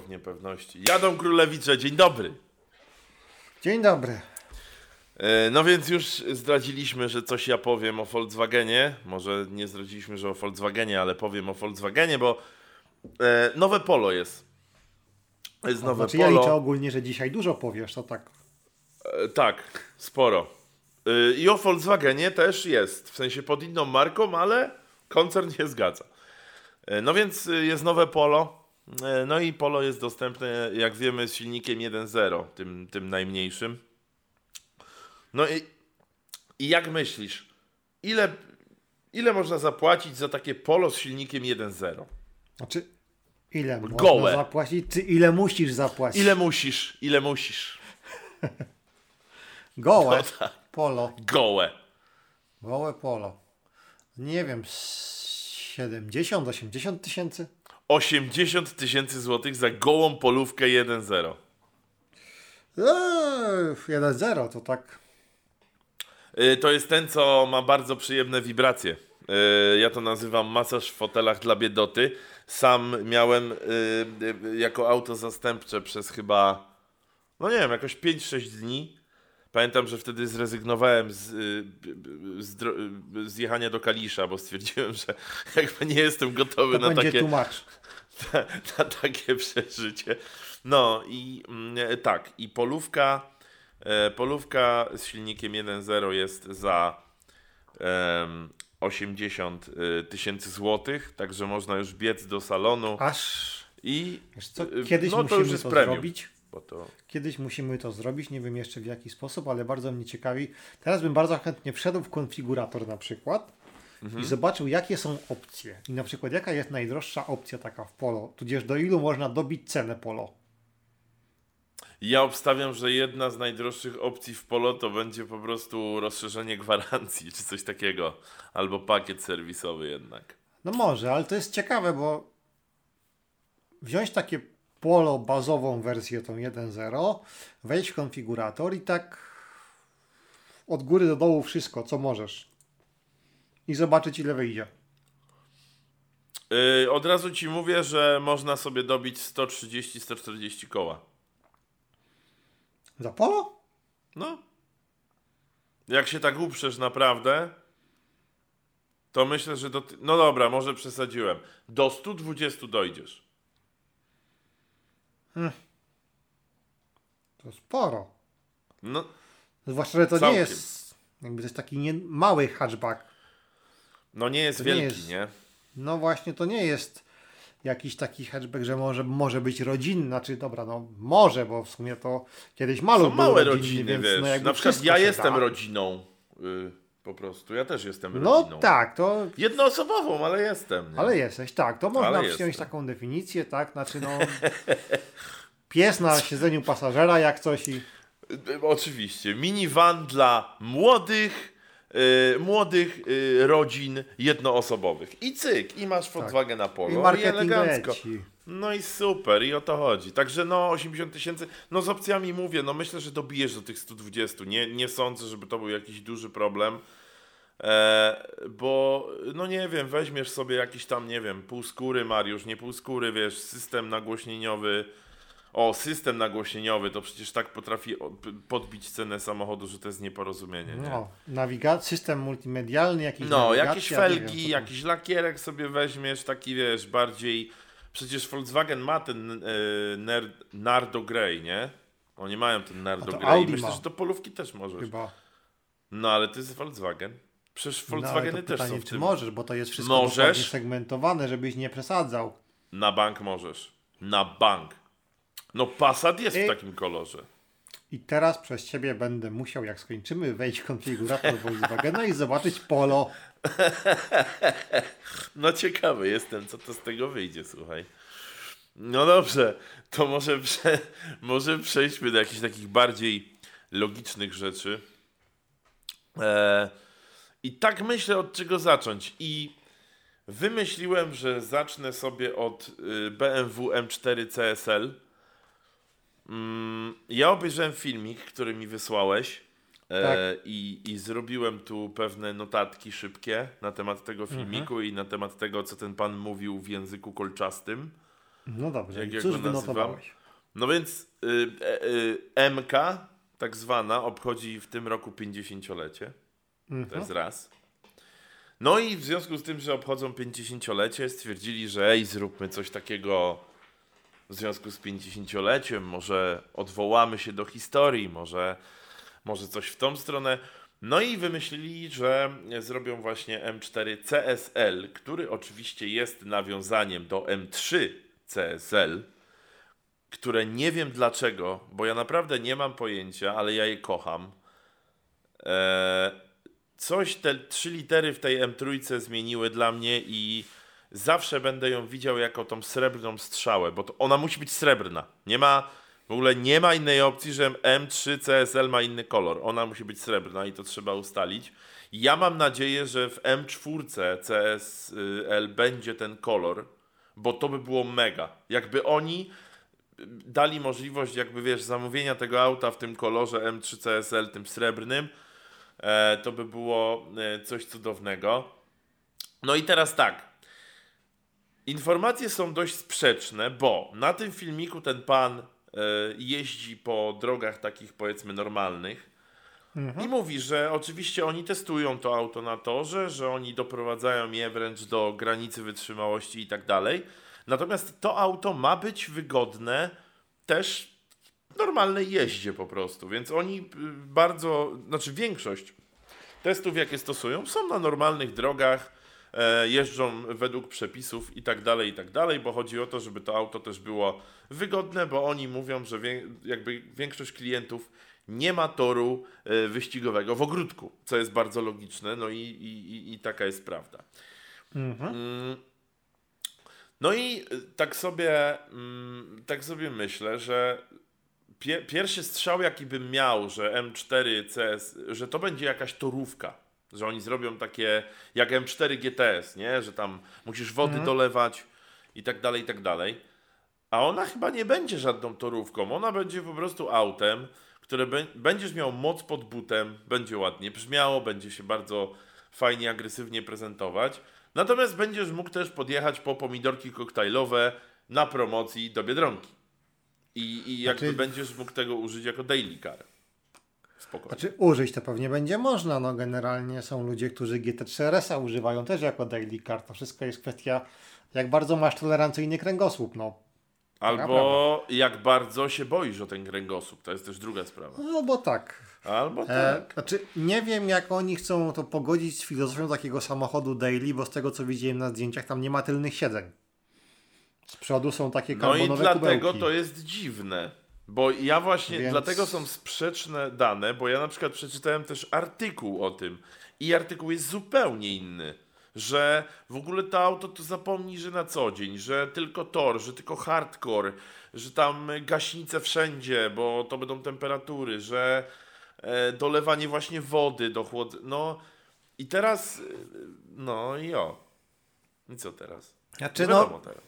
w niepewności. Jadą Królewicze, dzień dobry. Dzień dobry. No więc już zdradziliśmy, że coś ja powiem o Volkswagenie. Może nie zdradziliśmy, że o Volkswagenie, ale powiem o Volkswagenie, bo nowe Polo jest. Jest nowe Znaczy Polo. ja liczę ogólnie, że dzisiaj dużo powiesz, to tak. Tak, sporo. I o Volkswagenie też jest, w sensie pod inną marką, ale koncern się zgadza. No więc jest nowe Polo. No i Polo jest dostępne, jak wiemy, z silnikiem 1.0, tym najmniejszym. No i jak myślisz, ile można zapłacić za takie Polo z silnikiem 1.0? Znaczy, ile Gołe. można zapłacić, czy ile musisz zapłacić? Ile musisz? Gołe No tak. Polo. Gołe Polo. Nie wiem, 70-80 tysięcy? 80 000 złotych za gołą polówkę 1.0. 1-0 to tak. To jest ten, co ma bardzo przyjemne wibracje. Ja to nazywam masaż w fotelach dla biedoty. Sam miałem jako auto zastępcze przez chyba, no nie wiem, jakoś 5-6 dni. Pamiętam, że wtedy zrezygnowałem z jechania do Kalisza, bo stwierdziłem, że jakby nie jestem gotowy To na będzie takie... tłumacz. Na takie przeżycie. No i tak, i polówka z silnikiem 1.0 jest za 80 000 złotych, także można już biec do salonu. I wiesz co, kiedyś no, musimy to zrobić. Bo to... Kiedyś musimy to zrobić, nie wiem jeszcze w jaki sposób, ale bardzo mnie ciekawi. Teraz bym bardzo chętnie wszedł w konfigurator na przykład i zobaczył, jakie są opcje. I na przykład jaka jest najdroższa opcja taka w Polo, tudzież do ilu można dobić cenę Polo. Ja obstawiam, że jedna z najdroższych opcji w Polo to będzie po prostu rozszerzenie gwarancji, czy coś takiego. Albo pakiet serwisowy jednak. No może, ale to jest ciekawe, bo wziąć takie Polo bazową wersję, tą 1.0, wejść w konfigurator i tak od góry do dołu wszystko, co możesz. I zobaczyć, ile wyjdzie. Od razu ci mówię, że można sobie dobić 130-140 koła. Za Polo? No. Jak się tak uprzesz naprawdę, to myślę, że no dobra, może przesadziłem. Do 120 dojdziesz. To sporo. No. Zwłaszcza, że to całkiem. nie jest, jakby to jest taki mały hatchback. No nie jest to wielki, nie jest, nie? No właśnie, to nie jest jakiś taki hatchback, że może być rodzinny, znaczy dobra, no może, bo w sumie to kiedyś maluch Są był małe rodzinny, rodziny, więc wiesz. no jakby Na przykład wszystko ja się jestem da. rodziną. Po prostu. Ja też jestem No rodziną. tak, to... Jednoosobową, ale jestem. Nie? Ale jesteś, tak, to można Ale przyjąć jestem. taką definicję, tak, znaczy no... Pies na siedzeniu pasażera, jak coś i... Oczywiście. Minivan dla młodych rodzin jednoosobowych. I cyk, i masz Volkswagena Polo. I marketing elegancko. leci. No i super, i o to chodzi. Także no 80 000, no z opcjami mówię, no myślę, że dobijesz do tych 120. Nie sądzę, żeby to był jakiś duży problem. Bo, no nie wiem, weźmiesz sobie jakiś tam, nie wiem, półskóry, Mariusz, nie półskóry, wiesz, system nagłośnieniowy. System nagłośnieniowy to przecież tak potrafi podbić cenę samochodu, że to jest nieporozumienie. Nie? No, system multimedialny, jakiś jakieś felgi, jakiś lakierek sobie weźmiesz, taki wiesz, bardziej... Przecież Volkswagen ma ten Nardo Grey, nie? Oni mają ten Nardo Grey. Audi Myślę, ma. że do polówki też możesz. Chyba. No ale to jest Volkswagen. Przecież Volkswageny no, to też pytanie, są w czy tym. możesz, bo to jest wszystko dokładnie segmentowane, żebyś nie przesadzał. Na bank możesz. Na bank. No Passat jest w takim kolorze. I teraz przez ciebie będę musiał, jak skończymy, wejść w konfigurator Volkswagena i zobaczyć Polo. No ciekawy jestem, co to z tego wyjdzie, słuchaj. No dobrze, to może przejdźmy do jakichś takich bardziej logicznych rzeczy. I tak myślę, od czego zacząć. I wymyśliłem, że zacznę sobie od BMW M4 CSL. Ja obejrzałem filmik, który mi wysłałeś. Tak. I zrobiłem tu pewne notatki szybkie na temat tego filmiku i na temat tego, co ten pan mówił w języku kolczastym. No dobrze, jak i ja cóż go nazywam. wynotowałeś? No więc MK, tak zwana, obchodzi w tym roku 50-lecie. To jest raz. No i w związku z tym, że obchodzą 50-lecie, stwierdzili, że zróbmy coś takiego w związku z 50-leciem, może odwołamy się do historii, może coś w tą stronę. No i wymyślili, że zrobią właśnie M4 CSL, który oczywiście jest nawiązaniem do M3 CSL, które nie wiem dlaczego, bo ja naprawdę nie mam pojęcia, ale ja je kocham. Coś te 3 litery w tej M3 zmieniły dla mnie i zawsze będę ją widział jako tą srebrną strzałę, bo ona musi być srebrna. W ogóle nie ma innej opcji, że M3 CSL ma inny kolor. Ona musi być srebrna i to trzeba ustalić. Ja mam nadzieję, że w M4 CSL będzie ten kolor, bo to by było mega. Jakby oni dali możliwość, jakby wiesz, zamówienia tego auta w tym kolorze M3 CSL, tym srebrnym, to by było coś cudownego. No i teraz tak. Informacje są dość sprzeczne, bo na tym filmiku ten pan jeździ po drogach takich, powiedzmy, normalnych i mówi, że oczywiście oni testują to auto na torze, że oni doprowadzają je wręcz do granicy wytrzymałości i tak dalej. Natomiast to auto ma być wygodne też w normalnej jeździe po prostu, więc oni większość testów, jakie stosują, są na normalnych drogach, jeżdżą według przepisów i tak dalej, bo chodzi o to, żeby to auto też było wygodne, bo oni mówią, że jakby większość klientów nie ma toru wyścigowego w ogródku, co jest bardzo logiczne, no i taka jest prawda. No i tak sobie myślę, że pierwszy strzał, jaki bym miał, że M4 CS, że to będzie jakaś torówka, że oni zrobią takie jak M4 GTS, nie? Że tam musisz wody dolewać i tak dalej. A ona chyba nie będzie żadną torówką, ona będzie po prostu autem, które będziesz miał moc pod butem, będzie ładnie brzmiało, będzie się bardzo fajnie, agresywnie prezentować. Natomiast będziesz mógł też podjechać po pomidorki koktajlowe na promocji do Biedronki. I jakby będziesz mógł tego użyć jako daily car. Spokojnie. Znaczy użyć to pewnie będzie można, no generalnie są ludzie, którzy GT3 RS-a używają też jako daily car. To wszystko jest kwestia, jak bardzo masz tolerancyjny kręgosłup, no. Albo jak bardzo się boisz o ten kręgosłup, to jest też druga sprawa. Albo tak. Albo tak. Znaczy nie wiem, jak oni chcą to pogodzić z filozofią takiego samochodu daily, bo z tego co widziałem na zdjęciach, tam nie ma tylnych siedzeń. Z przodu są takie karbonowe No i dlatego kubełki. to jest dziwne. Bo ja właśnie, dlatego są sprzeczne dane, bo ja na przykład przeczytałem też artykuł o tym i artykuł jest zupełnie inny. Że w ogóle to auto to zapomnij, że na co dzień, że tylko tor, że tylko hardcore, że tam gaśnice wszędzie, bo to będą temperatury, że dolewanie właśnie wody do chłodzenia. No i teraz, no i I co teraz? Znaczy, wiadomo teraz.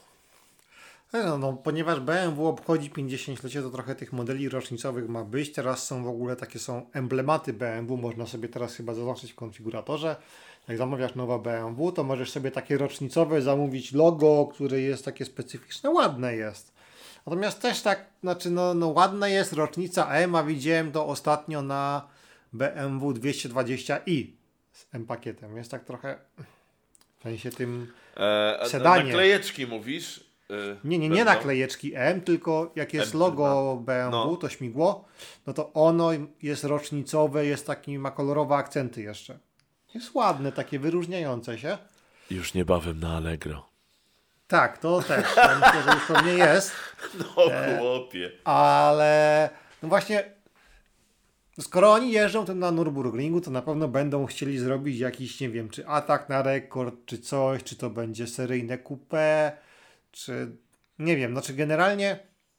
No, ponieważ BMW obchodzi 50-lecie, to trochę tych modeli rocznicowych ma być. Teraz są w ogóle są emblematy BMW, można sobie teraz chyba zaznaczyć w konfiguratorze. Jak zamawiasz nowe BMW, to możesz sobie takie rocznicowe zamówić logo, które jest takie specyficzne, ładne jest. Natomiast też tak, znaczy ładna jest rocznica M, a widziałem to ostatnio na BMW 220i z M-pakietem. Jest tak trochę w sensie tym sedanie. Naklejeczki mówisz? Nie naklejeczki M, tylko jak jest logo BMW, to śmigło, no to ono jest rocznicowe, jest taki, ma kolorowe akcenty jeszcze. Jest ładne, takie wyróżniające się. Już niebawem na Allegro. Tak, to też. Ja myślę, że już to nie jest. No chłopie. Ale no właśnie, skoro oni jeżdżą tym na Nürburgringu, to na pewno będą chcieli zrobić jakiś, nie wiem, czy atak na rekord, czy coś, czy to będzie seryjne coupé, czy nie wiem, znaczy generalnie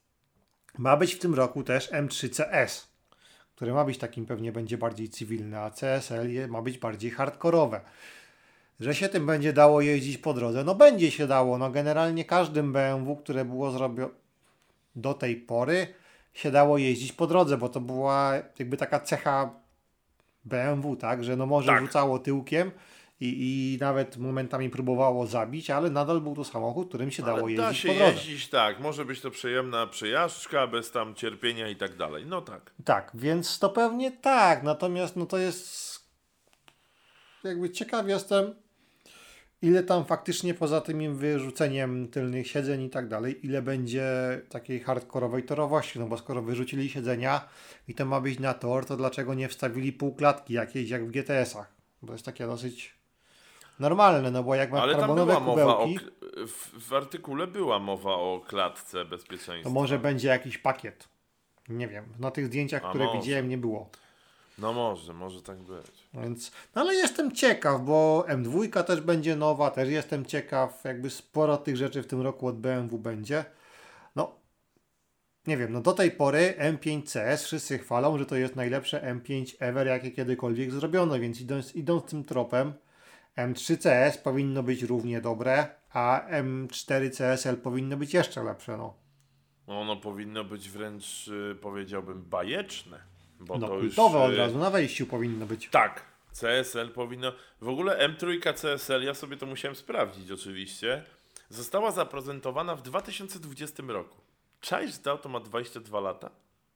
ma być w tym roku też M3 CS, które ma być takim pewnie będzie bardziej cywilne, a CSL ma być bardziej hardkorowe. Że się tym będzie dało jeździć po drodze, no będzie się dało, no generalnie każdym BMW, które było zrobione do tej pory, się dało jeździć po drodze, bo to była jakby taka cecha BMW, tak, że no może rzucało tyłkiem i nawet momentami próbowało zabić, ale nadal był to samochód, którym się dało Ale jeździć da się po drodze. jeździć, tak. Może być to przyjemna przejażdżka, bez tam cierpienia i tak dalej. No tak. Tak, więc to pewnie tak, natomiast no to jest jakby ciekaw jestem, ile tam faktycznie poza tym wyrzuceniem tylnych siedzeń i tak dalej, ile będzie takiej hardkorowej torowości, no bo skoro wyrzucili siedzenia i to ma być na tor, to dlaczego nie wstawili półklatki jakiejś jak w GTS-ach? Bo to jest takie dosyć normalne, no bo jak masz Ale tam karbonowe była mowa kubełki, w artykule była mowa o klatce to bezpieczeństwa. może będzie jakiś pakiet. Nie wiem, na tych zdjęciach, A które może. widziałem, nie było. No może tak być. Więc, no ale jestem ciekaw, bo M2 też będzie nowa, też jestem ciekaw, jakby sporo tych rzeczy w tym roku od BMW będzie. No, nie wiem, no do tej pory M5 CS wszyscy chwalą, że to jest najlepsze M5 ever, jakie kiedykolwiek zrobiono, więc idąc tym tropem, M3 CS powinno być równie dobre, a M4 CSL powinno być jeszcze lepsze, no. Ono powinno być wręcz, powiedziałbym, bajeczne. Bo No to kultowe już, od razu, na wejściu powinno być. Tak, CSL powinno... W ogóle M3 CSL, ja sobie to musiałem sprawdzić oczywiście, została zaprezentowana w 2020 roku. Czaisz, że to auto ma 22 lata?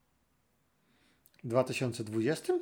W 2020?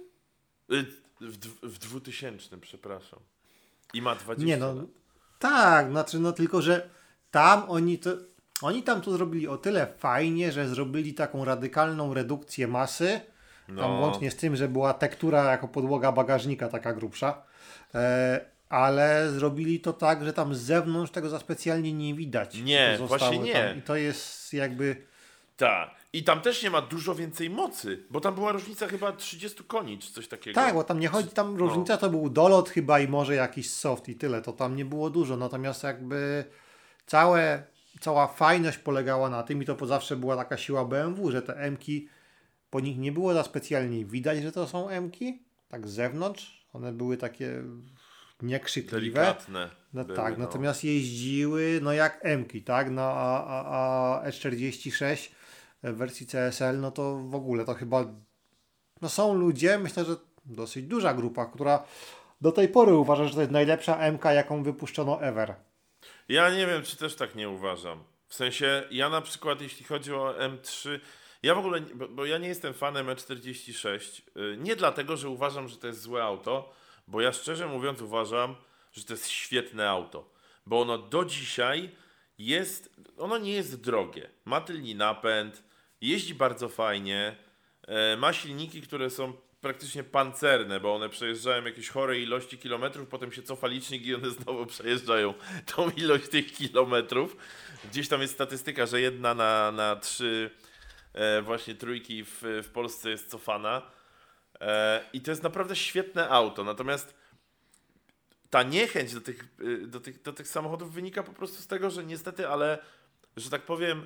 W 2000, przepraszam. I ma 20 Nie no, lat. tak, znaczy no tylko, że tam oni tam to zrobili o tyle fajnie, że zrobili taką radykalną redukcję masy, tam łącznie z tym, że była tektura jako podłoga bagażnika taka grubsza, ale zrobili to tak, że tam z zewnątrz tego za specjalnie nie widać. Nie, to zostało właśnie nie. tam. I to jest jakby... Tak. I tam też nie ma dużo więcej mocy, bo tam była różnica chyba 30 koni, czy coś takiego. Tak, bo tam nie chodzi, tam różnica to był dolot chyba i może jakiś soft i tyle, to tam nie było dużo, natomiast jakby cała fajność polegała na tym i to zawsze była taka siła BMW, że te M-ki, po nich nie było za specjalnie widać, że to są M-ki, tak z zewnątrz, one były takie niekrzykliwe. Delikatne. No były, tak, no. natomiast jeździły no jak M-ki, tak, no a E46 w wersji CSL, no to w ogóle to chyba no są ludzie, myślę, że dosyć duża grupa, która do tej pory uważa, że to jest najlepsza MK, jaką wypuszczono ever. Ja nie wiem, czy też tak nie uważam. W sensie, ja na przykład, jeśli chodzi o M3, ja w ogóle, bo ja nie jestem fanem E46, nie dlatego, że uważam, że to jest złe auto, bo ja szczerze mówiąc uważam, że to jest świetne auto, bo ono do dzisiaj ono nie jest drogie, ma tylny napęd, jeździ bardzo fajnie, ma silniki, które są praktycznie pancerne, bo one przejeżdżają jakieś chore ilości kilometrów, potem się cofa licznik i one znowu przejeżdżają tą ilość tych kilometrów. Gdzieś tam jest statystyka, że 1 na 3 właśnie trójki w Polsce jest cofana. I to jest naprawdę świetne auto. Natomiast ta niechęć do tych samochodów wynika po prostu z tego, że niestety, ale że tak powiem,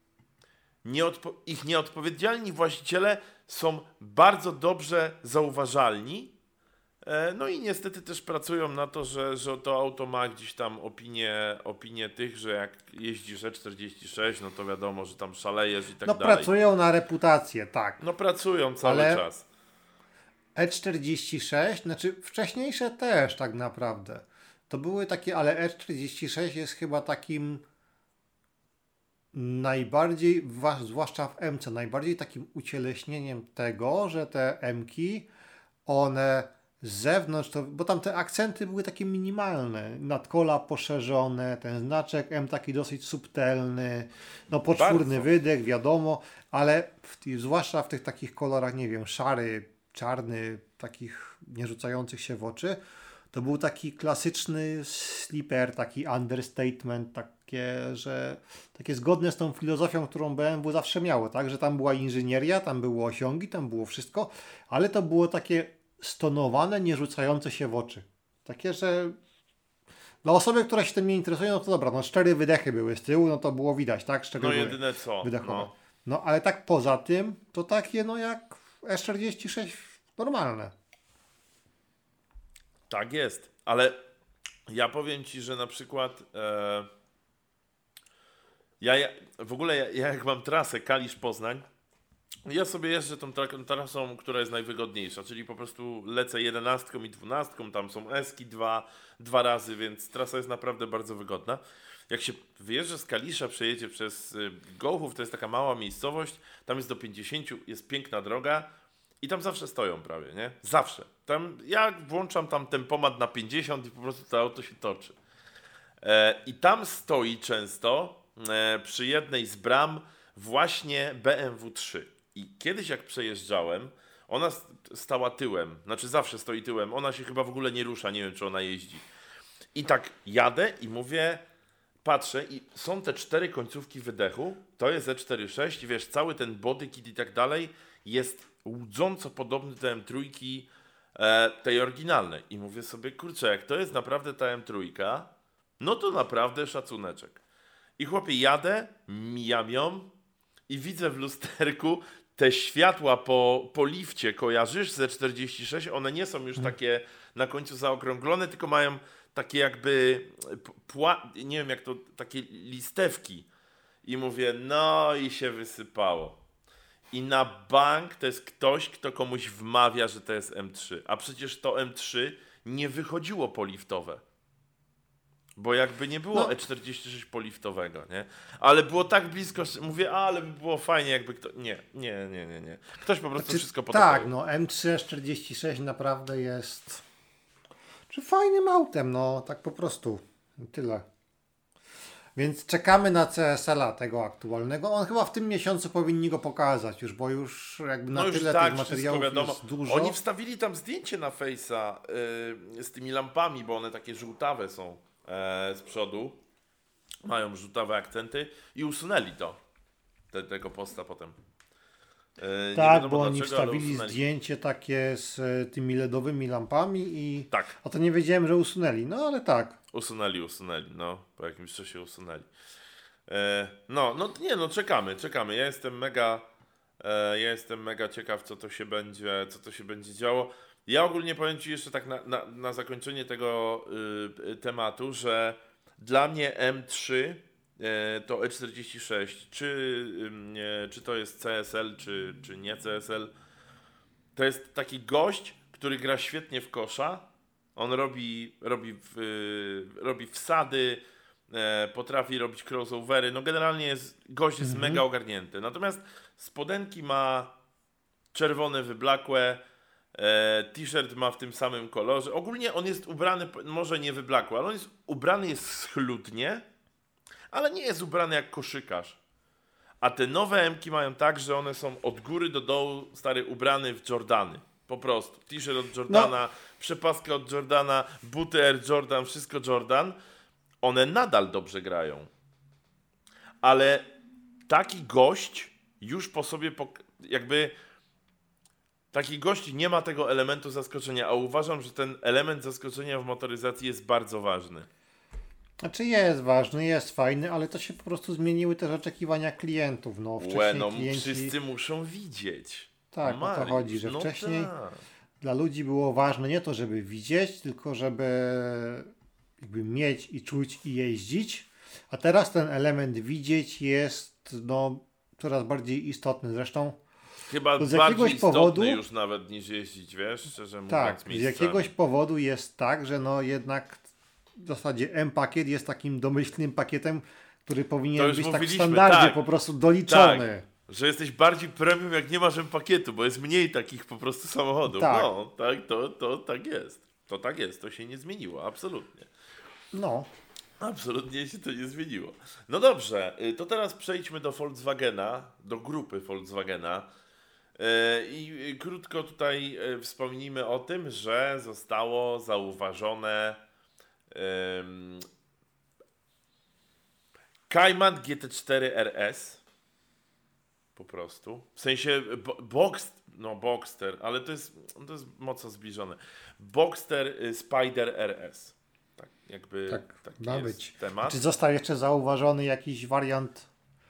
ich nieodpowiedzialni właściciele są bardzo dobrze zauważalni. No i niestety też pracują na to, że to auto ma gdzieś tam opinię tych, że jak jeździsz E46, no to wiadomo, że tam szalejesz i tak no dalej. pracują na reputację, tak. No pracują cały Ale czas. E46, znaczy wcześniejsze też tak naprawdę. To były takie, ale E46 jest chyba takim najbardziej, zwłaszcza w MC, najbardziej takim ucieleśnieniem tego, że te M-ki, one z zewnątrz, bo tam te akcenty były takie minimalne, nadkola poszerzone, ten znaczek M taki dosyć subtelny, no poczwórny Bardzo. wydech, wiadomo, ale zwłaszcza w tych takich kolorach, nie wiem, szary, czarny, takich nie rzucających się w oczy, to był taki klasyczny sleeper, taki understatement, takie zgodne z tą filozofią, którą BMW zawsze miało, tak, że tam była inżynieria, tam były osiągi, tam było wszystko, ale to było takie stonowane, nie rzucające się w oczy. Takie, że dla osoby, która się tym nie interesuje, no to dobra, no 4 wydechy były z tyłu, no to było widać, tak? 4 No były jedyne co. wydechowe. No ale tak poza tym, to takie no jak S46 normalne. Tak jest, ale ja powiem Ci, że na przykład w ogóle ja jak mam trasę Kalisz-Poznań, Ja sobie jeżdżę tą trasą, która jest najwygodniejsza, czyli po prostu lecę 11 i 12, tam są eski dwa razy, więc trasa jest naprawdę bardzo wygodna. Jak się wyjeżdża z Kalisza, przejedzie przez Gołchów, to jest taka mała miejscowość, tam jest do 50, jest piękna droga i tam zawsze stoją prawie, nie? Zawsze. Tam, ja włączam tam tempomat na 50 i po prostu to auto się toczy. I tam stoi często przy jednej z bram właśnie BMW 3. I kiedyś jak przejeżdżałem, ona stała tyłem, znaczy zawsze stoi tyłem, ona się chyba w ogóle nie rusza, nie wiem czy ona jeździ. I tak jadę i mówię, patrzę i są te 4 końcówki wydechu, to jest E46 i wiesz, cały ten body kit i tak dalej jest łudząco podobny do M3 tej oryginalnej. I mówię sobie, kurczę, jak to jest naprawdę ta M3, no to naprawdę szacuneczek. I chłopie, jadę, mijam ją i widzę w lusterku te światła po lifcie, kojarzysz, ze 46, one nie są już takie na końcu zaokrąglone, tylko mają takie jakby, nie wiem jak to, takie listewki. I mówię, no i się wysypało. I na bank to jest ktoś, kto komuś wmawia, że to jest M3. A przecież to M3 nie wychodziło poliftowe. Bo jakby nie było E46 poliftowego, nie? Ale było tak blisko, że mówię, ale by było fajnie jakby ktoś... Nie. Ktoś po prostu wszystko potopił. Tak, no M3 naprawdę jest fajnym autem, no tak po prostu. Tyle. Więc czekamy na CSL-a tego aktualnego. On chyba w tym miesiącu powinni go pokazać już, bo już jakby na tyle tych materiałów jest dużo. Oni wstawili tam zdjęcie na Face'a z tymi lampami, bo one takie żółtawe są z przodu. Mają żółtawe akcenty i usunęli to. Tego posta potem. Tak, bo oni wstawili zdjęcie takie z tymi LEDowymi lampami i... Tak. A to nie wiedziałem, że usunęli, no ale tak. Usunęli, no. Po jakimś czasie usunęli. Czekamy. Ja jestem mega ciekaw, co to się będzie działo. Ja ogólnie powiem Ci jeszcze tak na zakończenie tego tematu, że dla mnie M3 to E46, czy to jest CSL, czy nie CSL, to jest taki gość, który gra świetnie w kosza. On robi wsady, potrafi robić crossovery. No generalnie gość jest mega ogarnięty. Natomiast spodenki ma czerwone, wyblakłe, t-shirt ma w tym samym kolorze. Ogólnie on jest ubrany, może nie wyblakły, ale on jest ubrany schludnie, ale nie jest ubrany jak koszykarz. A te nowe M-ki mają tak, że one są od góry do dołu, stary, ubrany w Jordany. Po prostu. T-shirt od Jordana, przepaska od Jordana, buty Air Jordan, wszystko Jordan. One nadal dobrze grają. Ale taki gość już po sobie, taki gość nie ma tego elementu zaskoczenia, a uważam, że ten element zaskoczenia w motoryzacji jest bardzo ważny. Znaczy jest ważny, jest fajny, ale to się po prostu zmieniły też oczekiwania klientów. No, wcześniej klienci... wszyscy muszą widzieć. Tak, o to chodzi, że wcześniej dla ludzi było ważne nie to, żeby widzieć, tylko żeby jakby mieć i czuć i jeździć. A teraz ten element widzieć jest coraz bardziej istotny. Zresztą chyba z bardziej istotny już nawet niż jeździć, wiesz, szczerze mówiąc. Tak, z jakiegoś powodu jest tak, że jednak w zasadzie M-pakiet jest takim domyślnym pakietem, który powinien być tak w standardzie po prostu doliczony. Tak, że jesteś bardziej premium, jak nie masz M-pakietu, bo jest mniej takich po prostu samochodów. Tak. No, tak, to tak jest. To tak jest, to się nie zmieniło, absolutnie. No. Absolutnie się to nie zmieniło. No dobrze, to teraz przejdźmy do Volkswagena, do grupy Volkswagena. I krótko tutaj wspomnijmy o tym, że zostało zauważone Cayman GT4 RS. Po prostu. W sensie Boxster, ale to jest mocno zbliżone. Boxster Spider RS. Tak, jakby taki ma jest być temat. Czy został jeszcze zauważony jakiś wariant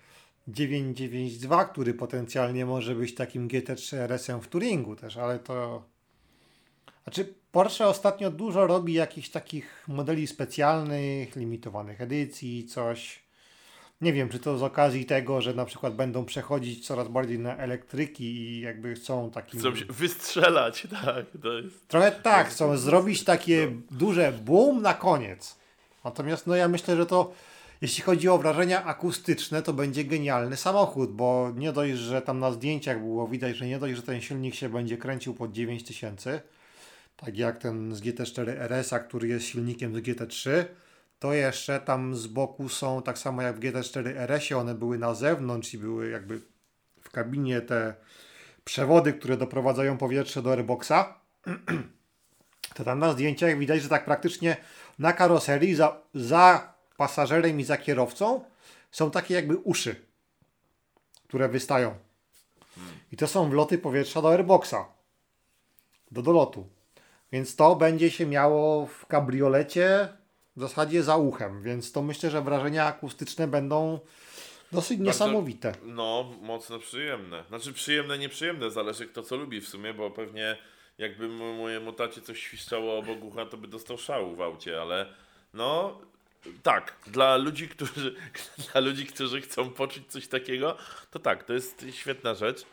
992, który potencjalnie może być takim GT3 RS-em w Touringu też, ale to... Znaczy Porsche ostatnio dużo robi jakichś takich modeli specjalnych, limitowanych edycji, coś. Nie wiem, czy to z okazji tego, że na przykład będą przechodzić coraz bardziej na elektryki i jakby chcą takim... Chcą się wystrzelać, tak. To jest... Trochę tak, chcą zrobić takie duże boom na koniec. Natomiast no ja myślę, że to jeśli chodzi o wrażenia akustyczne, to będzie genialny samochód, bo nie dość, że tam na zdjęciach było widać, że nie dość, że ten silnik się będzie kręcił pod 9000, tak jak ten z GT4 RS-a, który jest silnikiem z GT3, to jeszcze tam z boku są, tak samo jak w GT4 RS-ie, one były na zewnątrz i były jakby w kabinie te przewody, które doprowadzają powietrze do airboxa. To tam na zdjęciach widać, że tak praktycznie na karoserii za pasażerem i za kierowcą są takie jakby uszy, które wystają. I to są wloty powietrza do airboxa, do dolotu. Więc to będzie się miało w kabriolecie w zasadzie za uchem, więc to myślę, że wrażenia akustyczne będą dosyć niesamowite. No, mocno przyjemne. Znaczy przyjemne, nieprzyjemne, zależy kto co lubi w sumie, bo pewnie jakby mojemu tacie coś świszczało obok ucha, to by dostał szału w aucie, ale no tak, dla ludzi, którzy chcą poczuć coś takiego, to tak, to jest świetna rzecz.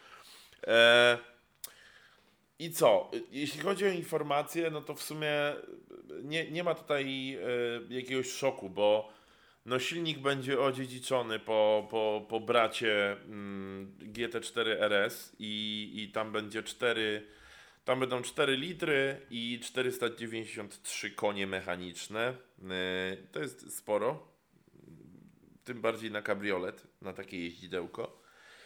I co? Jeśli chodzi o informacje, no to w sumie nie ma tutaj jakiegoś szoku, bo no silnik będzie odziedziczony po bracie GT4 RS i tam będzie tam będą 4 litry i 493 konie mechaniczne. To jest sporo. Tym bardziej na kabriolet, na takie jeździdełko.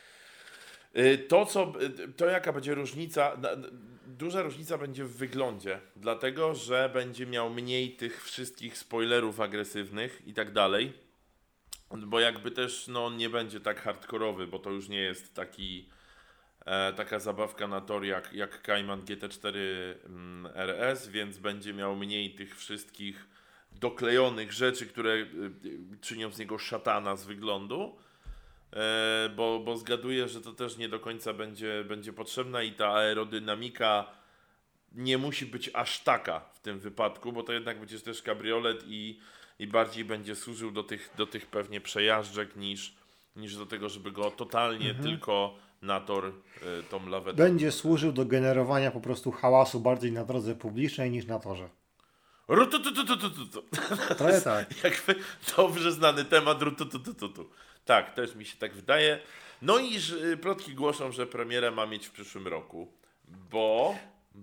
To jaka będzie różnica, duża różnica będzie w wyglądzie, dlatego, że będzie miał mniej tych wszystkich spoilerów agresywnych i tak dalej, bo jakby też no on nie będzie tak hardkorowy, bo to już nie jest taka zabawka na tor jak Cayman GT4 RS, więc będzie miał mniej tych wszystkich doklejonych rzeczy, które czynią z niego szatana z wyglądu. Bo zgaduję, że to też nie do końca będzie potrzebna i ta aerodynamika nie musi być aż taka w tym wypadku, bo to jednak będzie też kabriolet i bardziej będzie służył do tych pewnie przejażdżek niż do tego, żeby go totalnie tylko na tor tą lawetą. Będzie służył do generowania po prostu hałasu bardziej na drodze publicznej niż na torze. To jest tak. Jakby dobrze znany temat. Tak, też mi się tak wydaje. No i plotki głoszą, że premierę ma mieć w przyszłym roku. Bo...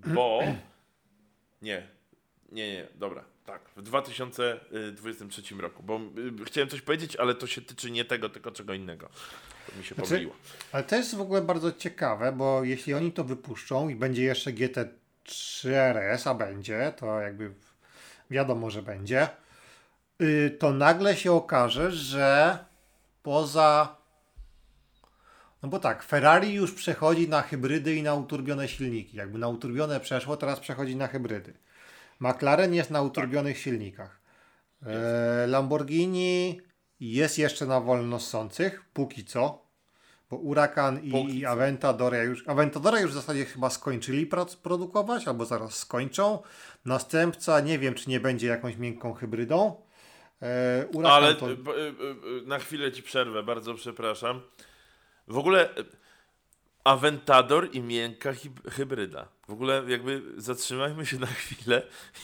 Nie, dobra. Tak, w 2023 roku. Bo chciałem coś powiedzieć, ale to się tyczy nie tego, tylko czego innego. To mi się pomyliło. Ale to jest w ogóle bardzo ciekawe, bo jeśli oni to wypuszczą i będzie jeszcze GT3 RS, a będzie, to jakby wiadomo, że będzie, to nagle się okaże, że poza... No bo tak, Ferrari już przechodzi na hybrydy i na uturbione silniki. Jakby na uturbione przeszło, teraz przechodzi na hybrydy. McLaren jest na uturbionych silnikach. Lamborghini jest jeszcze na wolnossących, póki co. Bo Huracan i Aventadora już w zasadzie chyba skończyli produkować, albo zaraz skończą. Następca nie wiem, czy nie będzie jakąś miękką hybrydą. Ale na chwilę ci przerwę, bardzo przepraszam. W ogóle Aventador i miękka hybryda. W ogóle jakby zatrzymajmy się na chwilę.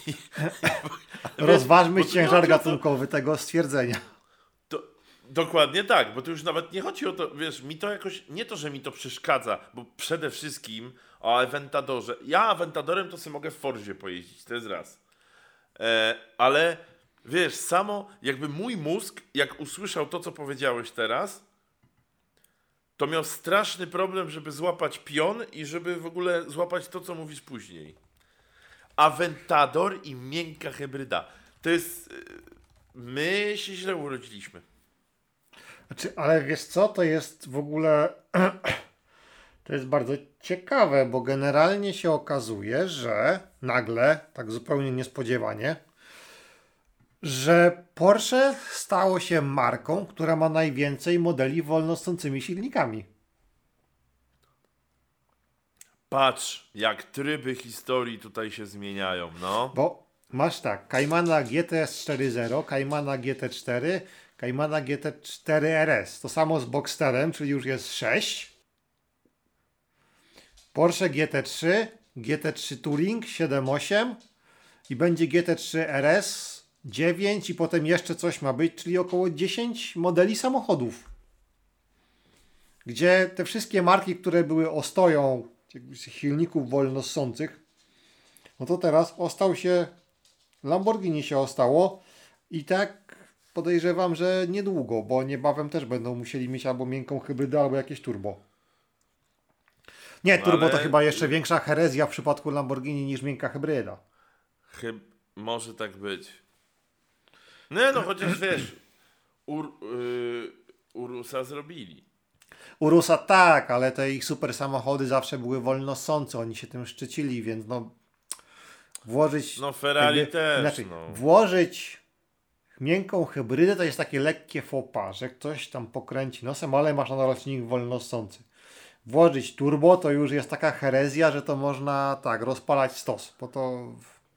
Rozważmy ciężar gatunkowy tego stwierdzenia. Dokładnie tak, bo to już nawet nie chodzi o to, wiesz, mi to jakoś, nie to, że mi to przeszkadza, bo przede wszystkim o Aventadorze. Ja Aventadorem to sobie mogę w Forzie pojeździć, to jest raz. Ale wiesz, samo jakby mój mózg, jak usłyszał to, co powiedziałeś teraz, to miał straszny problem, żeby złapać pion i żeby w ogóle złapać to, co mówisz później. Aventador i miękka hybryda. To jest... My się źle urodziliśmy. Znaczy, ale wiesz co, to jest w ogóle... To jest bardzo ciekawe, bo generalnie się okazuje, że nagle, tak zupełnie niespodziewanie, że Porsche stało się marką, która ma najwięcej modeli wolnosącymi silnikami. Patrz, jak tryby historii tutaj się zmieniają, no. Bo masz tak, Caymana GTS 4.0, Caymana GT4, Caymana GT4 RS. To samo z Boxsterem, czyli już jest 6. Porsche GT3, GT3 Touring 7.8 i będzie GT3 RS 9 i potem jeszcze coś ma być, czyli około 10 modeli samochodów. Gdzie te wszystkie marki, które były ostoją silników wolnossących, no to teraz ostał się Lamborghini się ostało i tak podejrzewam, że niedługo, bo niebawem też będą musieli mieć albo miękką hybrydę, albo jakieś turbo. Nie, turbo to chyba jeszcze większa herezja w przypadku Lamborghini niż miękka hybryda. Może tak być. Nie, no chociaż wiesz, Urusa zrobili. Urusa tak, ale te ich super samochody zawsze były wolnossące, oni się tym szczycili, więc no włożyć... No Ferrari też. Inaczej, włożyć miękką hybrydę to jest takie lekkie faux pas, że ktoś tam pokręci nosem, ale masz na rocznik wolnossący. Włożyć turbo to już jest taka herezja, że to można tak rozpalać stos, bo to...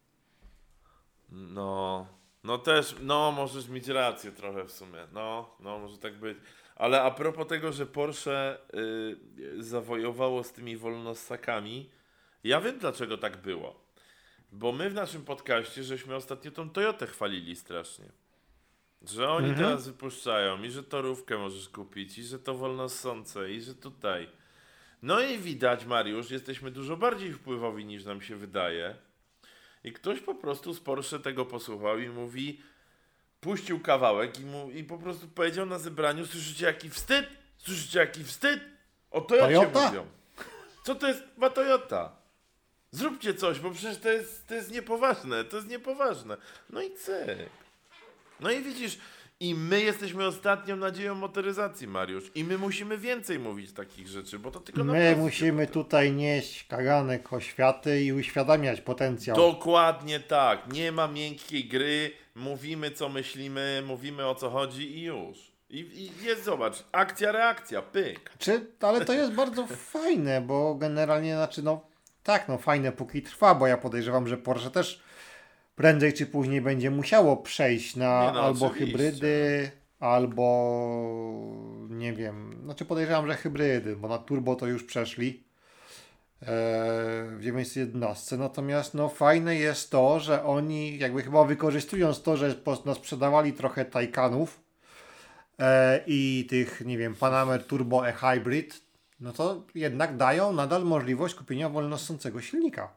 No też, możesz mieć rację trochę w sumie, może tak być. Ale a propos tego, że Porsche zawojowało z tymi wolnossakami, ja wiem dlaczego tak było. Bo my w naszym podcaście żeśmy ostatnio tą Toyotę chwalili strasznie. Że oni teraz wypuszczają i że torówkę możesz kupić i że to wolnossące i że tutaj. No i widać, Mariusz, jesteśmy dużo bardziej wpływowi niż nam się wydaje. I ktoś po prostu z Porsche tego posłuchał i mówi, puścił kawałek i po prostu powiedział na zebraniu, słyszycie jaki wstyd? Słyszycie jaki wstyd? O Toyocie mówią. Co to jest ma Toyota? Zróbcie coś, bo przecież to jest niepoważne, to jest niepoważne. No i cyk. No i widzisz, i my jesteśmy ostatnią nadzieją motoryzacji, Mariusz. I my musimy więcej mówić takich rzeczy, bo to tylko my musimy tutaj nieść kaganek oświaty i uświadamiać potencjał. Dokładnie tak. Nie ma miękkiej gry, mówimy co myślimy, mówimy o co chodzi i już. I jest, zobacz, akcja, reakcja, pyk. Ale to jest bardzo fajne, bo generalnie, fajne póki trwa, bo ja podejrzewam, że Porsche też prędzej czy później będzie musiało przejść na albo oczywiście. Hybrydy, albo nie wiem, podejrzewam, że hybrydy, bo na turbo to już przeszli w 911. Natomiast fajne jest to, że oni jakby chyba wykorzystując to, że sprzedawali trochę Taycanów i tych, nie wiem, Panamer Turbo e-Hybrid, no to jednak dają nadal możliwość kupienia wolnossącego silnika.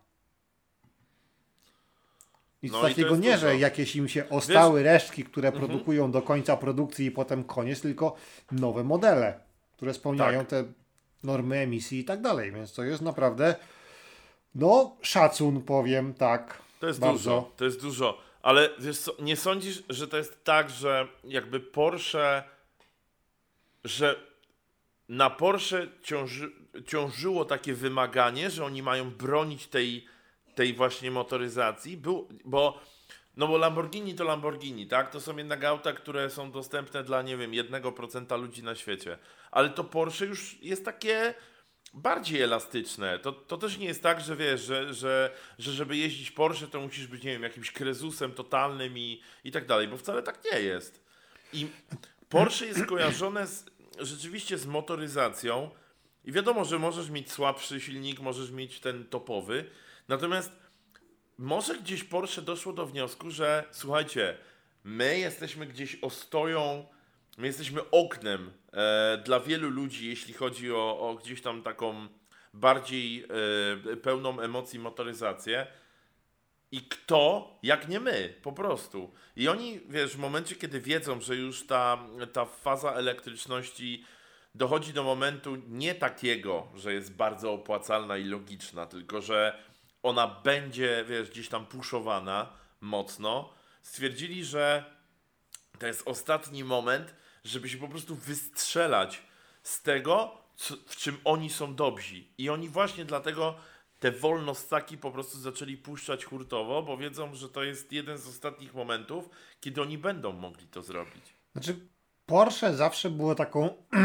Nic takiego nie, że jakieś im się ostały resztki, które produkują do końca produkcji i potem koniec, tylko nowe modele, które spełniają te normy emisji i tak dalej, więc to jest naprawdę szacun, powiem tak. To jest bardzo. To jest dużo, ale wiesz co, nie sądzisz, że to jest tak, że jakby Porsche, że na Porsche ciążyło takie wymaganie, że oni mają bronić tej właśnie motoryzacji, bo Lamborghini to Lamborghini, tak? To są jednak auta, które są dostępne dla, nie wiem, 1% ludzi na świecie. Ale to Porsche już jest takie bardziej elastyczne. To też nie jest tak, że wiesz, że żeby jeździć Porsche, to musisz być, nie wiem, jakimś krezusem totalnym i tak dalej, bo wcale tak nie jest. I Porsche jest kojarzone rzeczywiście z motoryzacją i wiadomo, że możesz mieć słabszy silnik, możesz mieć ten topowy, natomiast może gdzieś Porsche doszło do wniosku, że słuchajcie, my jesteśmy gdzieś ostoją, my jesteśmy oknem dla wielu ludzi, jeśli chodzi o gdzieś tam taką bardziej pełną emocji motoryzację. I kto, jak nie my, po prostu. I oni, wiesz, w momencie, kiedy wiedzą, że już ta faza elektryczności dochodzi do momentu nie takiego, że jest bardzo opłacalna i logiczna, tylko że ona będzie, wiesz, gdzieś tam puszowana mocno, stwierdzili, że to jest ostatni moment, żeby się po prostu wystrzelać z tego, w czym oni są dobrzy. I oni właśnie dlatego te wolnossaki po prostu zaczęli puszczać hurtowo, bo wiedzą, że to jest jeden z ostatnich momentów, kiedy oni będą mogli to zrobić. Znaczy, Porsche zawsze było taką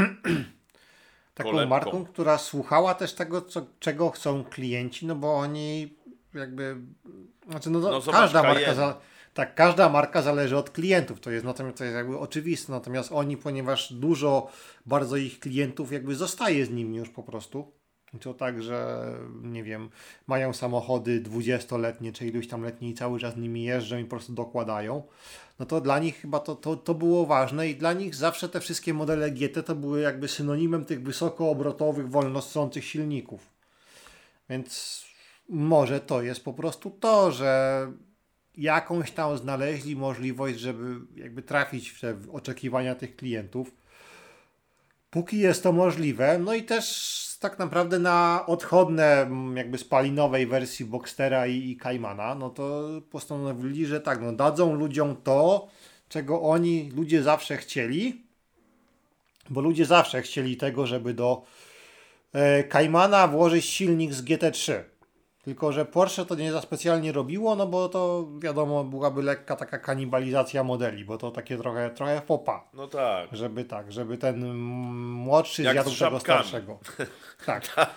marką, która słuchała też tego, czego chcą klienci, bo oni jakby... każda marka Tak, każda marka zależy od klientów, to jest jakby oczywiste, natomiast oni, ponieważ dużo bardzo ich klientów jakby zostaje z nimi już po prostu, to tak, że nie wiem, mają samochody 20-letnie czy iluś tam letnie i cały czas nimi jeżdżą i po prostu dokładają, no to dla nich chyba to było ważne i dla nich zawsze te wszystkie modele GT to były jakby synonimem tych wysokoobrotowych, wolnossących silników. Więc może to jest po prostu to, że jakąś tam znaleźli możliwość, żeby jakby trafić w te oczekiwania tych klientów. Póki jest to możliwe, no i też tak naprawdę na odchodne jakby spalinowej wersji Boxstera i Caymana, no to postanowili, że tak, no dadzą ludziom to, czego ludzie zawsze chcieli, bo ludzie zawsze chcieli tego, żeby do Caymana włożyć silnik z GT3. Tylko że Porsche to nie za specjalnie robiło, no bo to wiadomo, byłaby lekka taka kanibalizacja modeli, bo to takie trochę fopa. No tak. Żeby ten młodszy jak zjadł tego starszego. Tak.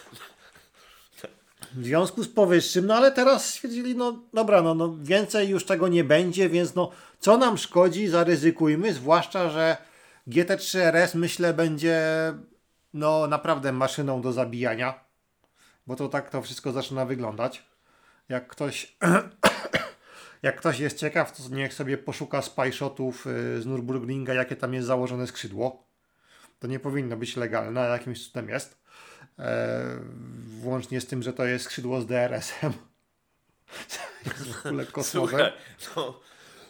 W związku z powyższym, no ale teraz stwierdzili, no dobra, no więcej już tego nie będzie, więc no co nam szkodzi, zaryzykujmy, zwłaszcza, że GT3 RS myślę będzie no naprawdę maszyną do zabijania. Bo to tak to wszystko zaczyna wyglądać. Jak ktoś jest ciekaw, to niech sobie poszuka spyshotów z Nürburgringa, jakie tam jest założone skrzydło. To nie powinno być legalne, ale jakimś cudem jest. Włącznie z tym, że to jest skrzydło z DRS-em. Jest w ogóle kosmosem. No.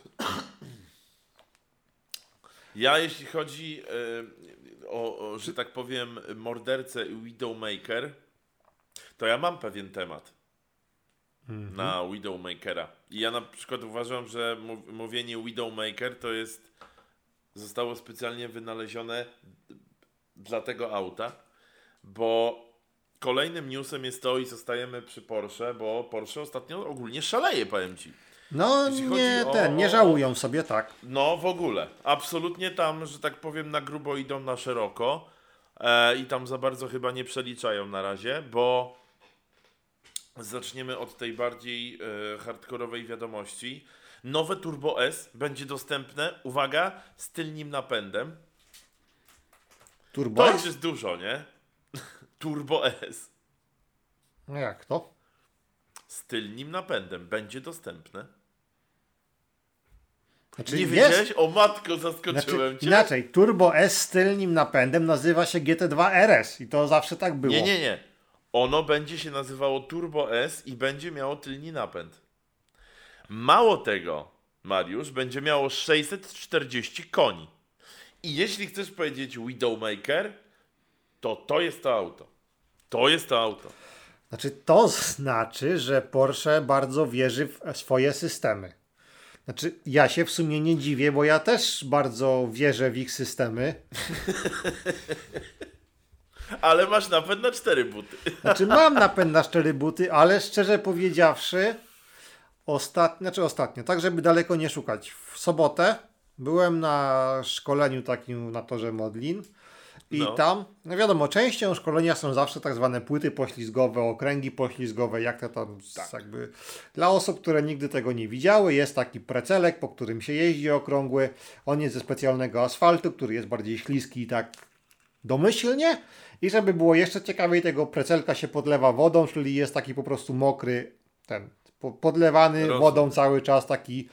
Ja jeśli chodzi o, że tak powiem, mordercę i Widowmaker, to ja mam pewien temat na Widowmakera. I ja na przykład uważam, że mówienie Widowmaker zostało specjalnie wynalezione dla tego auta, bo kolejnym newsem jest to i zostajemy przy Porsche, bo Porsche ostatnio ogólnie szaleje, powiem Ci. No nie żałują sobie, tak. No w ogóle. Absolutnie tam, że tak powiem, na grubo idą na szeroko i tam za bardzo chyba nie przeliczają na razie, bo zaczniemy od tej bardziej hardkorowej wiadomości. Nowe Turbo S będzie dostępne, uwaga, z tylnym napędem. Turbo To S? już jest dużo, nie? Turbo S. No jak to? Z tylnym napędem będzie dostępne. Znaczy nie wiedziałeś? O matko, zaskoczyłem cię. Inaczej, Turbo S z tylnym napędem nazywa się GT2 RS i to zawsze tak było. Nie. Ono będzie się nazywało Turbo S i będzie miało tylny napęd. Mało tego, Mariusz, będzie miało 640 koni. I jeśli chcesz powiedzieć Widowmaker, to jest to auto. To jest to auto. To znaczy, że Porsche bardzo wierzy w swoje systemy. Ja się w sumie nie dziwię, bo ja też bardzo wierzę w ich systemy. Ale masz napęd na 4 buty. Mam napęd na 4 buty, ale szczerze powiedziawszy, ostatnio, tak żeby daleko nie szukać. W sobotę byłem na szkoleniu takim na torze Modlin i tam, no wiadomo, częścią szkolenia są zawsze tak zwane płyty poślizgowe, okręgi poślizgowe, jak to tam jakby dla osób, które nigdy tego nie widziały, jest taki precelek, po którym się jeździ okrągły. On jest ze specjalnego asfaltu, który jest bardziej śliski tak domyślnie i żeby było jeszcze ciekawiej, tego precelka się podlewa wodą, czyli jest taki po prostu mokry, podlewany wodą cały czas,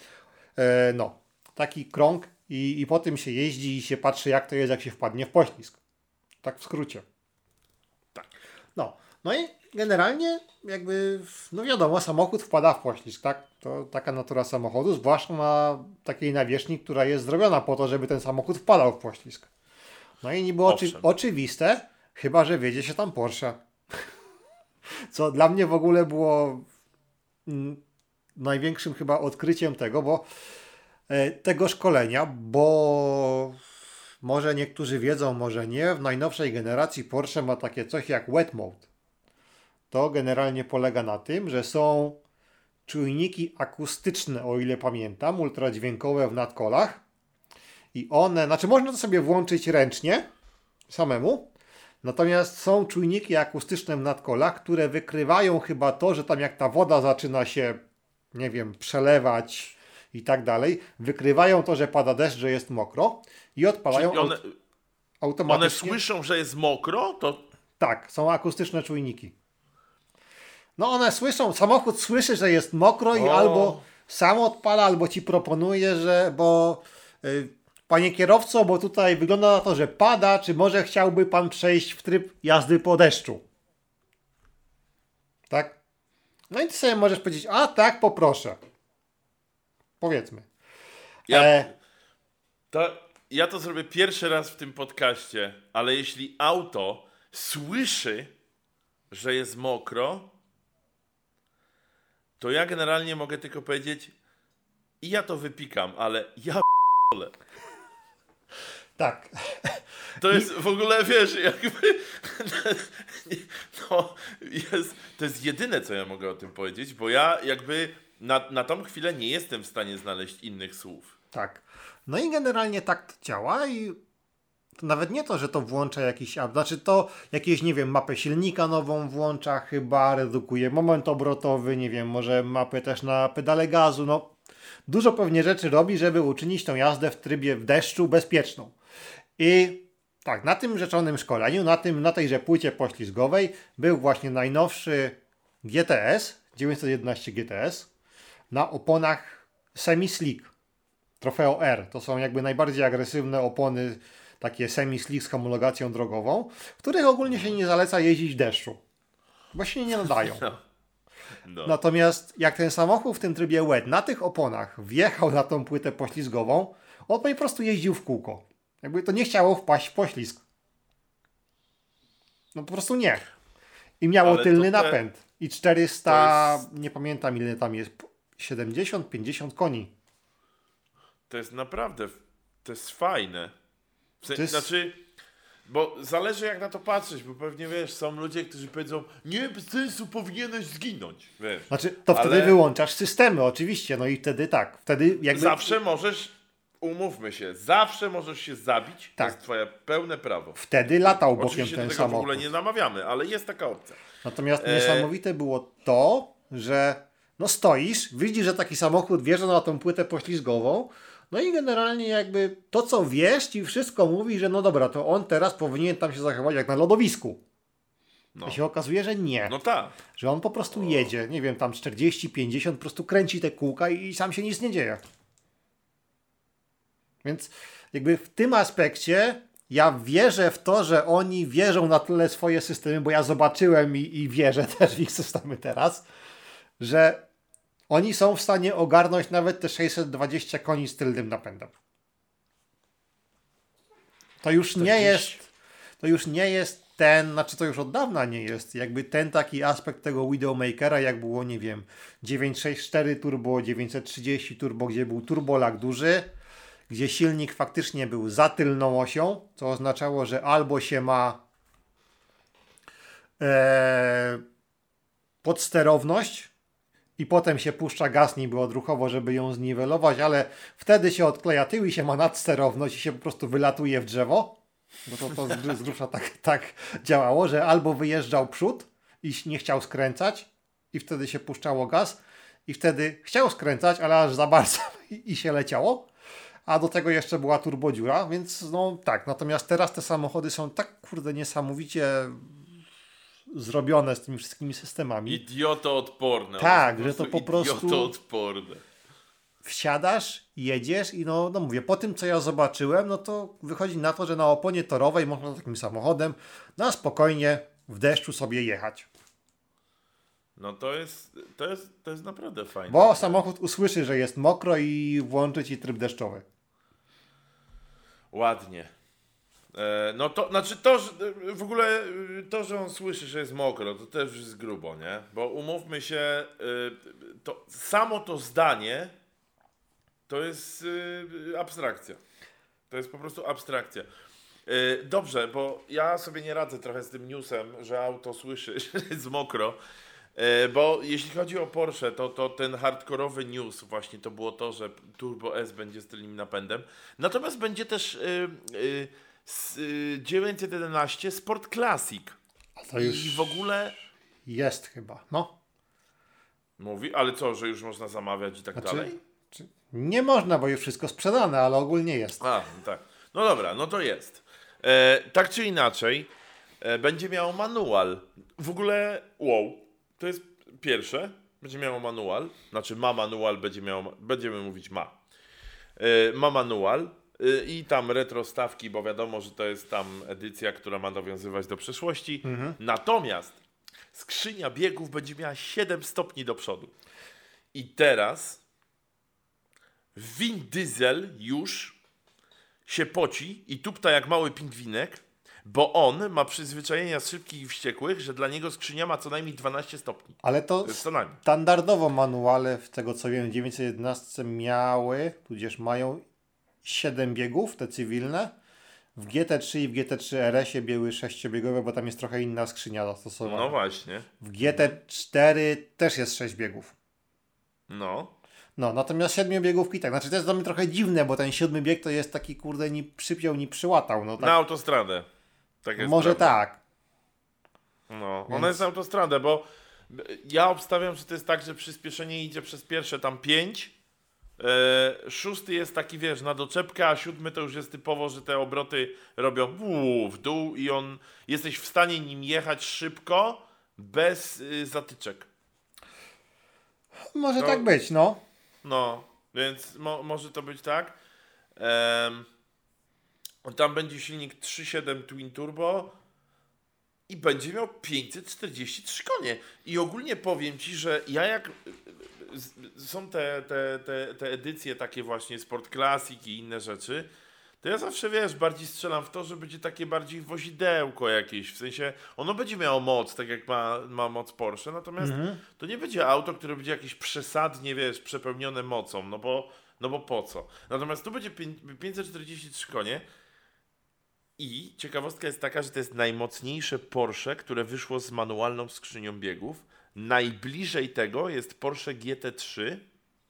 taki krąg i po tym się jeździ i się patrzy, jak to jest, jak się wpadnie w poślizg. Tak w skrócie. Tak. No i generalnie jakby, no wiadomo, samochód wpada w poślizg, tak? To taka natura samochodu, zwłaszcza na takiej nawierzchni, która jest zrobiona po to, żeby ten samochód wpadał w poślizg. No i niby oczywiste, chyba że wiedzie się tam Porsche. Co dla mnie w ogóle było największym chyba odkryciem tego szkolenia, bo może niektórzy wiedzą, może nie, w najnowszej generacji Porsche ma takie coś jak wet mode. To generalnie polega na tym, że są czujniki akustyczne, o ile pamiętam, ultradźwiękowe w nadkolach i one, można to sobie włączyć ręcznie, samemu, natomiast są czujniki akustyczne w nadkolach, które wykrywają chyba to, że tam jak ta woda zaczyna się, nie wiem, przelewać i tak dalej, wykrywają to, że pada deszcz, że jest mokro i odpalają Czyli one automatycznie. słyszą, że jest mokro, to Tak, są akustyczne czujniki. No one słyszą, samochód słyszy, że jest mokro i albo sam odpala, albo ci proponuje, że panie kierowco, bo tutaj wygląda na to, że pada, czy może chciałby pan przejść w tryb jazdy po deszczu? Tak? No i ty sobie możesz powiedzieć, a tak, poproszę. Powiedzmy. Ja to zrobię pierwszy raz w tym podcaście, ale jeśli auto słyszy, że jest mokro, to ja generalnie mogę tylko powiedzieć i ja to wypikam, ale ja p***le. Tak. To jest w ogóle, wiesz, jakby to jest jedyne, co ja mogę o tym powiedzieć, bo ja jakby na tą chwilę nie jestem w stanie znaleźć innych słów. Tak. No i generalnie tak to działa i to nawet nie to, że to włącza jakiś app, znaczy to jakieś, nie wiem, mapę silnika nową włącza chyba, redukuje moment obrotowy, nie wiem, może mapę też na pedale gazu, no dużo pewnie rzeczy robi, żeby uczynić tą jazdę w trybie w deszczu bezpieczną. I tak, na tym rzeczonym szkoleniu, na tejże płycie poślizgowej był właśnie najnowszy GTS, 911 GTS na oponach semi-slick, Trofeo R. To są jakby najbardziej agresywne opony, takie semi-slick z homologacją drogową, których ogólnie się nie zaleca jeździć w deszczu, bo się nie nadają. No. Natomiast jak ten samochód w tym trybie wet na tych oponach wjechał na tą płytę poślizgową, on po prostu jeździł w kółko. Jakby to nie chciało wpaść w poślizg. No po prostu nie. I miało Ale tylny napęd. I 400, nie pamiętam ile tam jest, 70-50 koni. To jest naprawdę, to jest fajne. jest... Znaczy, bo zależy jak na to patrzeć, bo pewnie wiesz, są ludzie, którzy powiedzą, nie, bez sensu powinieneś zginąć. Wiesz. Znaczy, to wtedy wyłączasz systemy, oczywiście, no i wtedy tak. Wtedy jakby... Zawsze możesz, umówmy się, zawsze możesz się zabić, tak. To jest twoje pełne prawo. Wtedy latał bokiem oczywiście ten do tego samochód. w ogóle nie namawiamy, ale jest taka opcja. Natomiast niesamowite było to, że no stoisz, widzisz, że taki samochód wjeżdża na tą płytę poślizgową, no i generalnie jakby to, co wiesz, ci wszystko mówi, że no dobra, to on teraz powinien tam się zachować jak na lodowisku. No. A się okazuje, że nie. No tak. Że on po prostu jedzie, nie wiem, tam 40-50, po prostu kręci te kółka i sam się nic nie dzieje. Więc jakby w tym aspekcie ja wierzę w to, że oni wierzą na tyle swoje systemy, bo ja zobaczyłem i wierzę też w ich systemy teraz, że oni są w stanie ogarnąć nawet te 620 koni z tylnym napędem. To już nie jest ten, znaczy to już od dawna nie jest, jakby ten taki aspekt tego Widowmakera, jak było, nie wiem, 964 turbo, 930 turbo, gdzie był turbolak duży, gdzie silnik faktycznie był za tylną osią, co oznaczało, że albo się ma podsterowność i potem się puszcza gaz niby odruchowo, żeby ją zniwelować, ale wtedy się odkleja tył i się ma nadsterowność i się po prostu wylatuje w drzewo, bo to z grubsza tak działało, że albo wyjeżdżał przód i nie chciał skręcać i wtedy się puszczało gaz i wtedy chciał skręcać, ale aż za bardzo i się leciało. A do tego jeszcze była turbodziura, więc no tak. Natomiast teraz te samochody są tak kurde niesamowicie zrobione z tymi wszystkimi systemami. Idiotoodporne. Tak, że to po prostu idiotoodporne. Wsiadasz, jedziesz i no mówię, po tym co ja zobaczyłem, no to wychodzi na to, że na oponie torowej można takim samochodem na spokojnie w deszczu sobie jechać. No to jest naprawdę fajne. Bo samochód usłyszy, że jest mokro i włączy ci tryb deszczowy. Ładnie. No to, znaczy to, że w ogóle to, że on słyszy, że jest mokro, to też jest grubo, nie? Bo umówmy się, to samo to zdanie to jest abstrakcja. To jest po prostu abstrakcja. Dobrze, bo ja sobie nie radzę trochę z tym newsem, że auto słyszy, że jest mokro. Bo jeśli chodzi o Porsche, to ten hardkorowy news właśnie to było to, że Turbo S będzie z tylnym napędem. Natomiast będzie też 911 Sport Classic. A to już i w ogóle jest chyba, no. Mówi, ale co, że już można zamawiać i tak dalej? Nie można, bo już wszystko sprzedane, ale ogólnie jest. A, tak. No dobra, no to jest. Tak czy inaczej, będzie miało manual. W ogóle, wow, to jest pierwsze. Będzie miało manual. Znaczy ma manual, będziemy mówić ma. Ma manual i tam retro stawki, bo wiadomo, że to jest tam edycja, która ma nawiązywać do przeszłości. Natomiast skrzynia biegów będzie miała 7 stopni do przodu. I teraz Vin Diesel już się poci i tupta jak mały pingwinek, bo on ma przyzwyczajenia z szybkich i wściekłych, że dla niego skrzynia ma co najmniej 12 stopni. Ale to jest co najmniej. Standardowo manuale, z tego co wiem, w 911 miały, tudzież mają 7 biegów, te cywilne. W GT3 i w GT3 RS-ie były 6-biegowe, bo tam jest trochę inna skrzynia zastosowana. No właśnie. W GT4 też jest 6 biegów. No. No, natomiast 7 biegówki tak. Znaczy to jest dla mnie trochę dziwne, bo ten 7 bieg to jest taki kurde ni przypiął, ni przyłatał. No, tak. Na autostradę. Tak jest. Może prawda. tak. No, Więc... ona jest na autostradę, bo ja obstawiam, że to jest tak, że przyspieszenie idzie przez pierwsze tam 5. 6 jest taki, wiesz, na doczepkę, a 7 to już jest typowo, że te obroty robią w dół i jesteś w stanie nim jechać szybko, bez zatyczek. Może tak być, no. No, więc może to być tak. Tam będzie silnik 3.7 Twin Turbo i będzie miał 543 konie. I ogólnie powiem Ci, że ja jak... Są te edycje takie właśnie Sport Classic i inne rzeczy, to ja zawsze, wiesz, bardziej strzelam w to, że będzie takie bardziej wozidełko jakieś, w sensie ono będzie miało moc, tak jak ma moc Porsche, natomiast to nie będzie auto, które będzie jakieś przesadnie, wiesz, przepełnione mocą, no bo po co? Natomiast tu będzie 543 konie i ciekawostka jest taka, że to jest najmocniejsze Porsche, które wyszło z manualną skrzynią biegów. Najbliżej tego jest Porsche GT3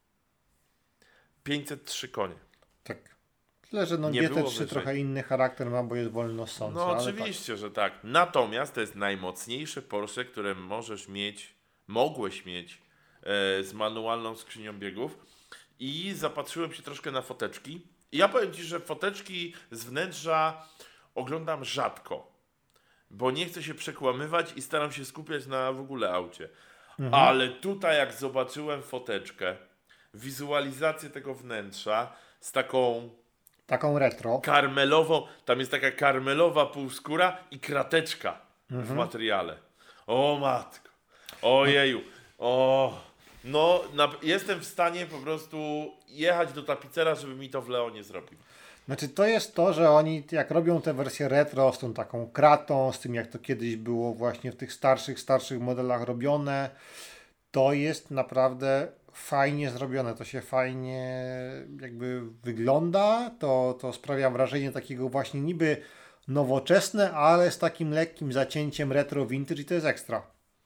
503 konie. Tak. Tyle, że no GT3 trochę inny charakter ma, bo jest wolnossący. No oczywiście, tak. Że tak. Natomiast to jest najmocniejsze Porsche, które mogłeś mieć z manualną skrzynią biegów. I zapatrzyłem się troszkę na foteczki. I ja powiem Ci, że foteczki z wnętrza oglądam rzadko. Bo nie chcę się przekłamywać i staram się skupiać na w ogóle aucie. Ale tutaj jak zobaczyłem foteczkę, wizualizację tego wnętrza z taką retro. Karmelową, tam jest taka karmelowa półskóra i krateczka w materiale. O matko, ojeju, jestem w stanie po prostu jechać do tapicera, żeby mi to w Leonie zrobił. Znaczy to jest to, że oni jak robią te wersje retro z tą taką kratą, z tym jak to kiedyś było właśnie w tych starszych modelach robione, to jest naprawdę fajnie zrobione, to się fajnie jakby wygląda, to sprawia wrażenie takiego właśnie niby nowoczesne, ale z takim lekkim zacięciem retro vintage i to jest ekstra.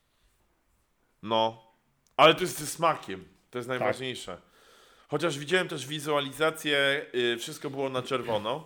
No, ale to jest ze smakiem, to jest najważniejsze. Tak. Chociaż widziałem też wizualizację, wszystko było na czerwono.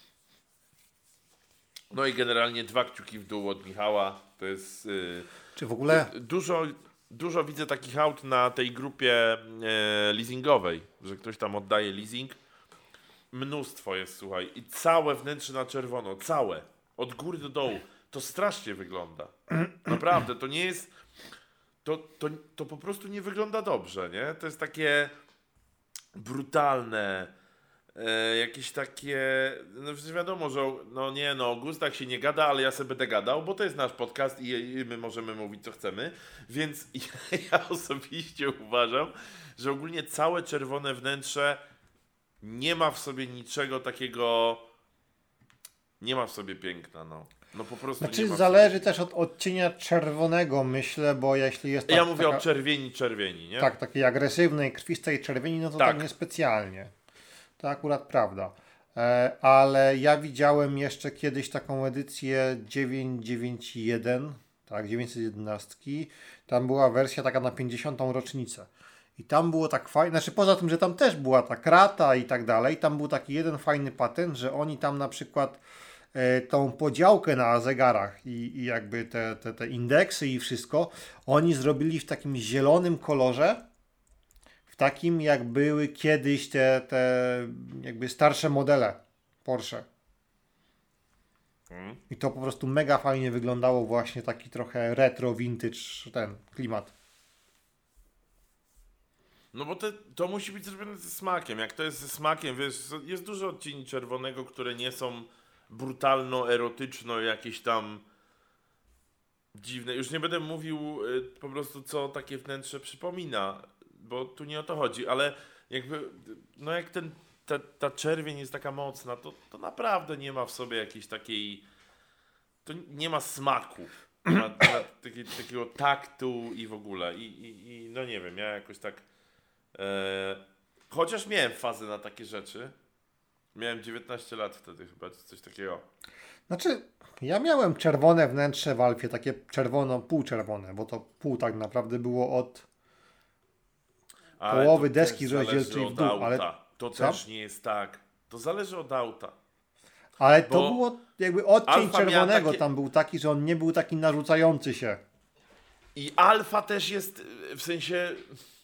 No i generalnie 2 kciuki w dół od Michała. To jest... Czy w ogóle... Dużo widzę takich aut na tej grupie leasingowej, że ktoś tam oddaje leasing. Mnóstwo jest, słuchaj. I całe wnętrze na czerwono. Całe. Od góry do dołu. To strasznie wygląda. Naprawdę, to nie jest... To po prostu nie wygląda dobrze, nie? To jest takie... brutalne, jakieś takie, no wiadomo, że o gustach się nie gada, ale ja sobie będę gadał, bo to jest nasz podcast i my możemy mówić co chcemy, więc ja osobiście uważam, że ogólnie całe czerwone wnętrze nie ma w sobie niczego takiego, nie ma w sobie piękna, no po prostu znaczy nie ma zależy też od odcienia czerwonego, myślę, bo jeśli jest... Ja mówię o czerwieni, nie? Tak, takiej agresywnej, krwistej czerwieni, no to tak niespecjalnie. To akurat prawda. Ale ja widziałem jeszcze kiedyś taką edycję 991, tak, 911. Tam była wersja taka na 50. rocznicę. I tam było tak fajnie, znaczy poza tym, że tam też była ta krata i tak dalej, tam był taki jeden fajny patent, że oni tam na przykład tą podziałkę na zegarach i jakby te indeksy i wszystko, oni zrobili w takim zielonym kolorze, w takim, jak były kiedyś te jakby starsze modele Porsche. I to po prostu mega fajnie wyglądało, właśnie taki trochę retro, vintage ten klimat. No bo to musi być zrobione ze smakiem. Jak to jest ze smakiem, wiesz, jest dużo odcieni czerwonego, które nie są brutalno-erotyczno jakieś tam dziwne. Już nie będę mówił po prostu, co takie wnętrze przypomina, bo tu nie o to chodzi, ale jakby, no jak ta czerwień jest taka mocna, to naprawdę nie ma w sobie jakiejś takiej, to nie ma smaku, nie ma takiego taktu i w ogóle. I no nie wiem, ja jakoś tak, chociaż miałem fazę na takie rzeczy, miałem 19 lat wtedy chyba, czy coś takiego. Znaczy, ja miałem czerwone wnętrze w Alfie, takie półczerwone, bo to pół tak naprawdę było od połowy deski rozdzielczej w dół. Ale to co? też nie jest tak. To zależy od auta. Ale to było jakby odcień Alfa czerwonego takie... tam był taki, że on nie był taki narzucający się. I Alfa też jest, w sensie,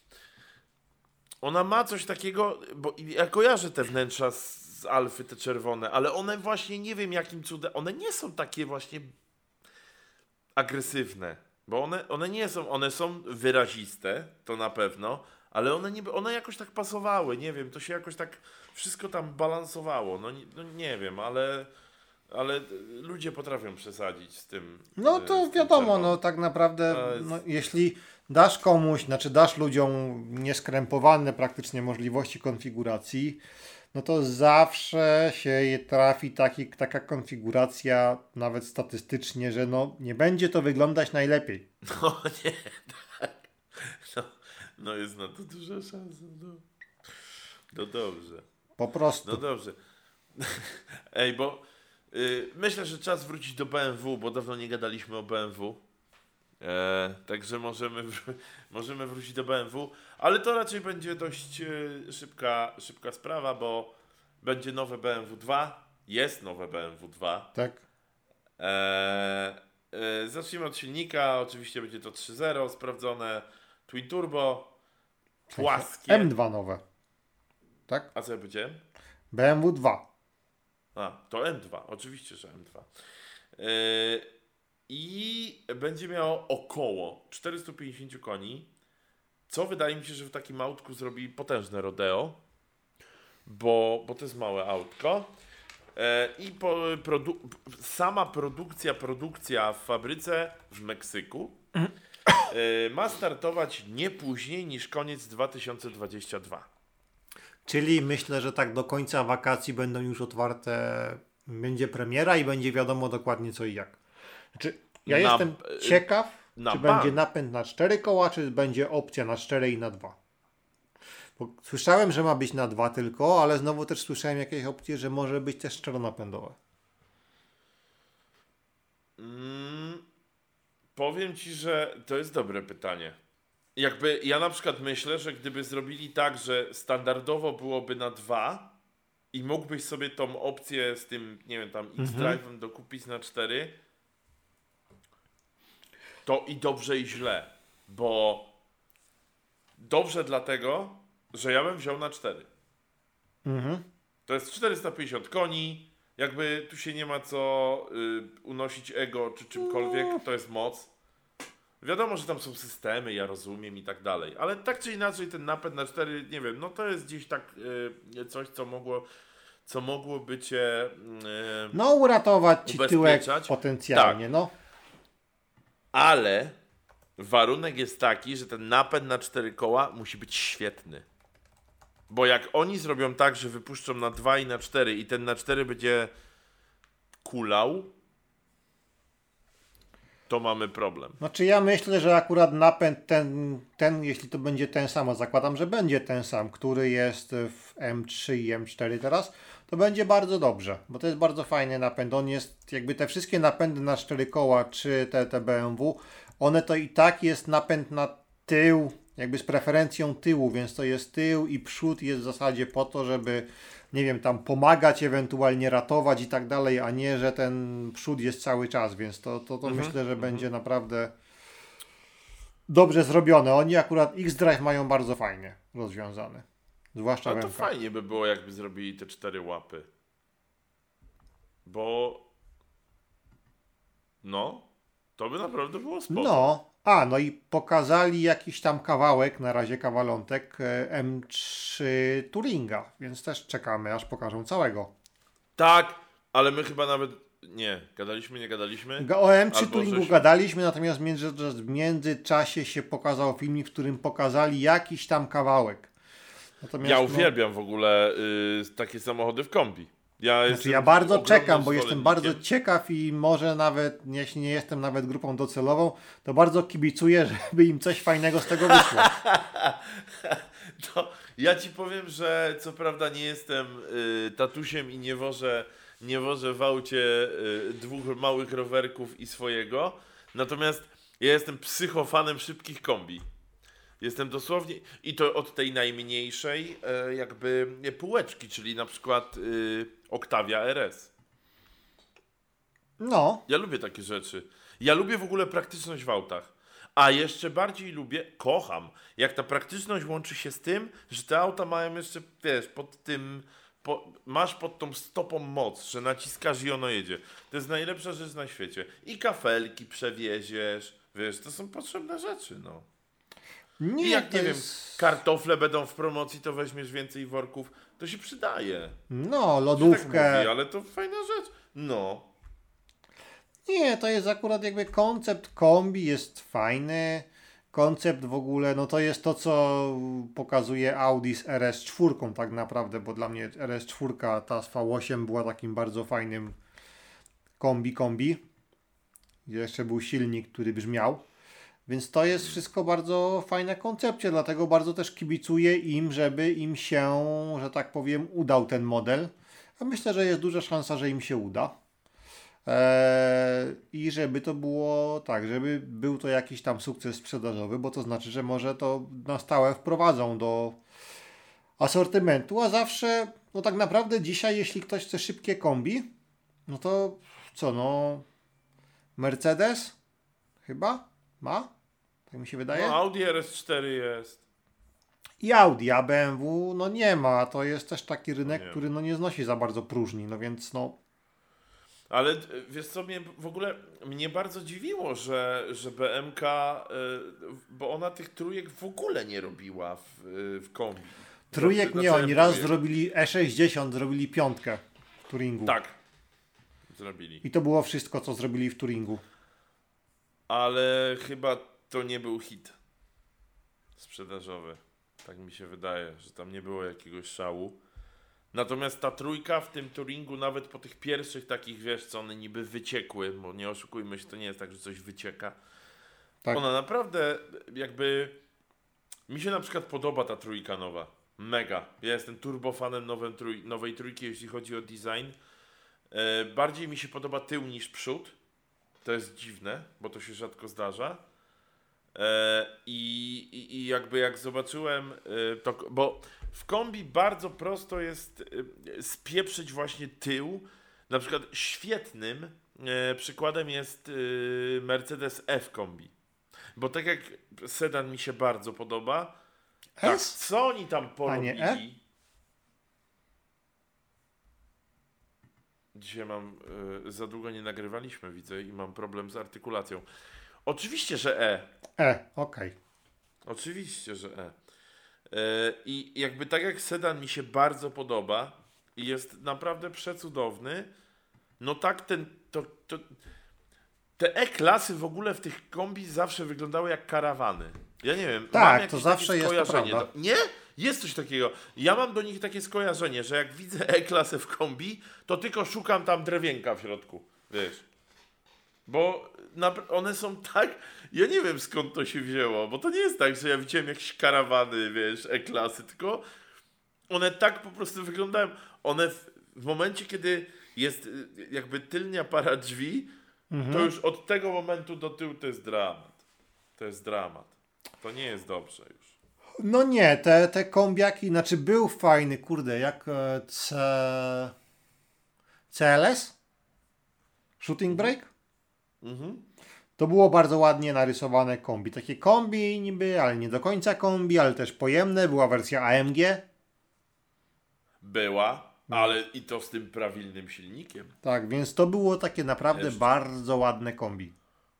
ona ma coś takiego, bo ja kojarzę te wnętrza z Alfy, te czerwone, ale one właśnie, nie wiem jakim cudem, one nie są takie właśnie agresywne, bo one nie są, one są wyraziste, to na pewno, ale one jakoś tak pasowały, nie wiem, to się jakoś tak wszystko tam balansowało, no nie wiem, ale ludzie potrafią przesadzić z tym. No to wiadomo, no tak naprawdę, no, jeśli dasz komuś, znaczy dasz ludziom nieskrępowane praktycznie możliwości konfiguracji, no to zawsze się trafi taka konfiguracja, nawet statystycznie, że no nie będzie to wyglądać najlepiej. No nie, tak. No jest na to duża szansa. No dobrze. Po prostu. No dobrze. Ej, bo myślę, że czas wrócić do BMW, bo dawno nie gadaliśmy o BMW. Także możemy wrócić do BMW, ale to raczej będzie dość szybka sprawa, bo będzie nowe BMW 2. Jest nowe BMW 2. Tak. Zacznijmy od silnika. Oczywiście będzie to 3.0 sprawdzone. Twin Turbo. Płaskie. M2 nowe. Tak? A co ja powiedziałem? BMW 2. To M2. Oczywiście, że M2. I będzie miało około 450 koni, co wydaje mi się, że w takim autku zrobi potężne rodeo, bo to jest małe autko. I sama produkcja w fabryce w Meksyku ma startować nie później niż koniec 2022. Czyli myślę, że tak do końca wakacji będą już otwarte, będzie premiera i będzie wiadomo dokładnie co i jak. Znaczy, ja jestem ciekaw, czy będzie napęd na 4 koła, czy będzie opcja na 4 i na 2. Bo słyszałem, że ma być na 2 tylko, ale znowu też słyszałem jakieś opcje, że może być też czteronapędowe. Powiem Ci, że to jest dobre pytanie. Jakby ja na przykład myślę, że gdyby zrobili tak, że standardowo byłoby na 2 i mógłbyś sobie tą opcję z tym, nie wiem, tam X-Drive'em dokupić na 4, to i dobrze i źle, bo dobrze dlatego, że ja bym wziął na 4. To jest 450 koni, jakby tu się nie ma co unosić ego czy czymkolwiek, to jest moc. Wiadomo, że tam są systemy, ja rozumiem i tak dalej, ale tak czy inaczej ten napęd na 4, nie wiem, no to jest gdzieś tak coś, co mogłoby cię no uratować ci tyłek potencjalnie, tak. No. Ale warunek jest taki, że ten napęd na 4 koła musi być świetny. Bo jak oni zrobią tak, że wypuszczą na 2 i na 4 i ten na 4 będzie kulał, to mamy problem. Znaczy ja myślę, że akurat napęd ten, jeśli to będzie ten sam, a zakładam, że będzie ten sam, który jest w M3 i M4 teraz, to będzie bardzo dobrze, bo to jest bardzo fajny napęd. On jest, jakby te wszystkie napędy na 4 koła, czy te BMW, one to i tak jest napęd na tył, jakby z preferencją tyłu, więc to jest tył i przód jest w zasadzie po to, żeby, nie wiem, tam pomagać, ewentualnie ratować i tak dalej, a nie, że ten przód jest cały czas, więc to myślę, że będzie naprawdę dobrze zrobione. Oni akurat X-Drive mają bardzo fajnie rozwiązane. Zwłaszcza Ale w to MK. fajnie by było, jakby zrobili te 4 łapy. Bo... No, to by naprawdę było spoko. No i pokazali jakiś tam kawałek, na razie kawalątek M3 Touringa, więc też czekamy, aż pokażą całego. Tak, ale my chyba nawet... Nie, nie gadaliśmy? O M3 Albo Touringu żeś- gadaliśmy, natomiast w międzyczasie się pokazał filmik, w którym pokazali jakiś tam kawałek. Natomiast, Ja uwielbiam w ogóle takie samochody w kombi. Ja bardzo ogromnym czekam, bo jestem bardzo zwolennikiem. ciekaw i może nawet, jeśli nie jestem nawet grupą docelową, to bardzo kibicuję, żeby im coś fajnego z tego wyszło. To ja ci powiem, że co prawda nie jestem tatusiem i nie wożę w aucie 2 małych rowerków i swojego, natomiast ja jestem psychofanem szybkich kombi. Jestem dosłownie, i to od tej najmniejszej jakby półeczki, czyli na przykład Octavia RS. No, Ja lubię takie rzeczy. Ja lubię w ogóle praktyczność w autach. A jeszcze bardziej kocham, jak ta praktyczność łączy się z tym, że te auta mają jeszcze, wiesz, masz pod tą stopą moc, że naciskasz i ono jedzie. To jest najlepsza rzecz na świecie. I kafelki przewieziesz, wiesz, to są potrzebne rzeczy, no. I jak, to nie wiem, jest... kartofle będą w promocji, to weźmiesz więcej worków, to się przydaje. No, Się lodówkę. tak mówi, ale to fajna rzecz. No. Nie, to jest akurat jakby koncept kombi jest fajny. Koncept w ogóle, no to jest to, co pokazuje Audi z RS4 tak naprawdę, bo dla mnie RS4, ta z V8 była takim bardzo fajnym kombi, gdzie jeszcze był silnik, który brzmiał. Więc to jest wszystko bardzo fajne koncepcje, dlatego bardzo też kibicuję im, żeby im się, że tak powiem, udał ten model. A myślę, że jest duża szansa, że im się uda. I żeby to było tak, żeby był to jakiś tam sukces sprzedażowy, bo to znaczy, że może to na stałe wprowadzą do asortymentu, a zawsze, no tak naprawdę dzisiaj, jeśli ktoś chce szybkie kombi, no to co, no Mercedes chyba ma? Tak mi się wydaje. No, Audi RS4 jest. I Audi, a BMW no nie ma. To jest też taki rynek, Nie. który no nie znosi za bardzo próżni, no więc no. Ale wiesz co, mnie bardzo dziwiło, że BMK, bo ona tych trójek w ogóle nie robiła w kombi. Trójek Na nie, co oni ja raz mówię? zrobili E60, zrobili piątkę w Touringu. Tak, zrobili. I to było wszystko, co zrobili w Touringu. Ale chyba to nie był hit sprzedażowy. Tak mi się wydaje, że tam nie było jakiegoś szału. Natomiast ta trójka w tym Touringu, nawet po tych pierwszych takich, wiesz co, one niby wyciekły, bo nie oszukujmy się, to nie jest tak, że coś wycieka. Tak. Ona naprawdę jakby... Mi się na przykład podoba ta trójka nowa. Mega. Ja jestem turbofanem nowej trójki, jeśli chodzi o design. Bardziej mi się podoba tył niż przód. To jest dziwne, bo to się rzadko zdarza. I jakby jak zobaczyłem to, bo w kombi bardzo prosto jest spieprzyć właśnie tył. Na przykład świetnym przykładem jest Mercedes F kombi. Bo tak jak sedan mi się bardzo podoba, tak, S? co oni tam A nie porobili? Dzisiaj za długo nie nagrywaliśmy, widzę, i mam problem z artykulacją. Oczywiście, że Okej. Oczywiście, że I jakby tak jak sedan mi się bardzo podoba i jest naprawdę przecudowny, no tak te E-klasy w ogóle w tych kombi zawsze wyglądały jak karawany. Ja nie wiem, Tak, mam to jakieś zawsze takie jest to skojarzenie. prawda. Nie? Jest coś takiego. Ja mam do nich takie skojarzenie, że jak widzę E-klasę w kombi, to tylko szukam tam drewienka w środku, wiesz. Bo one są tak... Ja nie wiem, skąd to się wzięło, bo to nie jest tak, że ja widziałem jakieś karawany, wiesz, E-klasy, tylko one tak po prostu wyglądają. One w momencie, kiedy jest jakby tylnia para drzwi, to już od tego momentu do tyłu to jest dramat. To jest dramat. To nie jest dobrze już. No nie, te kombiaki, znaczy był fajny, kurde, jak CLS? Shooting Brake? Mhm. To było bardzo ładnie narysowane kombi. Takie kombi niby, ale nie do końca kombi, ale też pojemne. Była wersja AMG. Była, ale i to z tym prawilnym silnikiem. Tak, więc to było takie naprawdę Jeszcze. bardzo ładne kombi.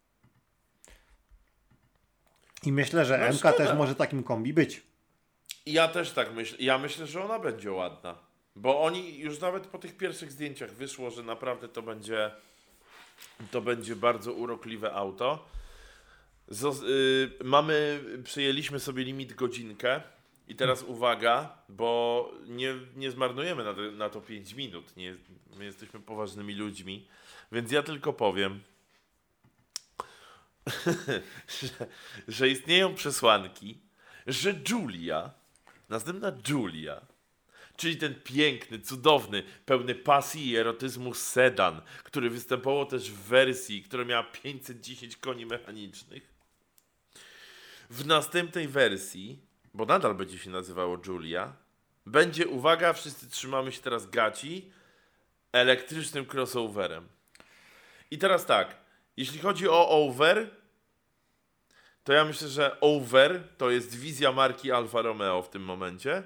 I myślę, że No MK szkoda. też może takim kombi być. Ja też tak myślę. Ja myślę, że ona będzie ładna. Bo oni już nawet po tych pierwszych zdjęciach wyszło, że naprawdę to będzie bardzo urokliwe auto. Przyjęliśmy sobie limit godzinkę i teraz uwaga, bo nie zmarnujemy na to 5 minut. My jesteśmy poważnymi ludźmi, więc ja tylko powiem, że istnieją przesłanki, że następna Giulia, czyli ten piękny, cudowny, pełny pasji i erotyzmu sedan, który występował też w wersji, która miała 510 koni mechanicznych. W następnej wersji, bo nadal będzie się nazywało Giulia, będzie, uwaga, wszyscy trzymamy się teraz gaci, elektrycznym crossoverem. I teraz tak, jeśli chodzi o over, to ja myślę, że over to jest wizja marki Alfa Romeo w tym momencie.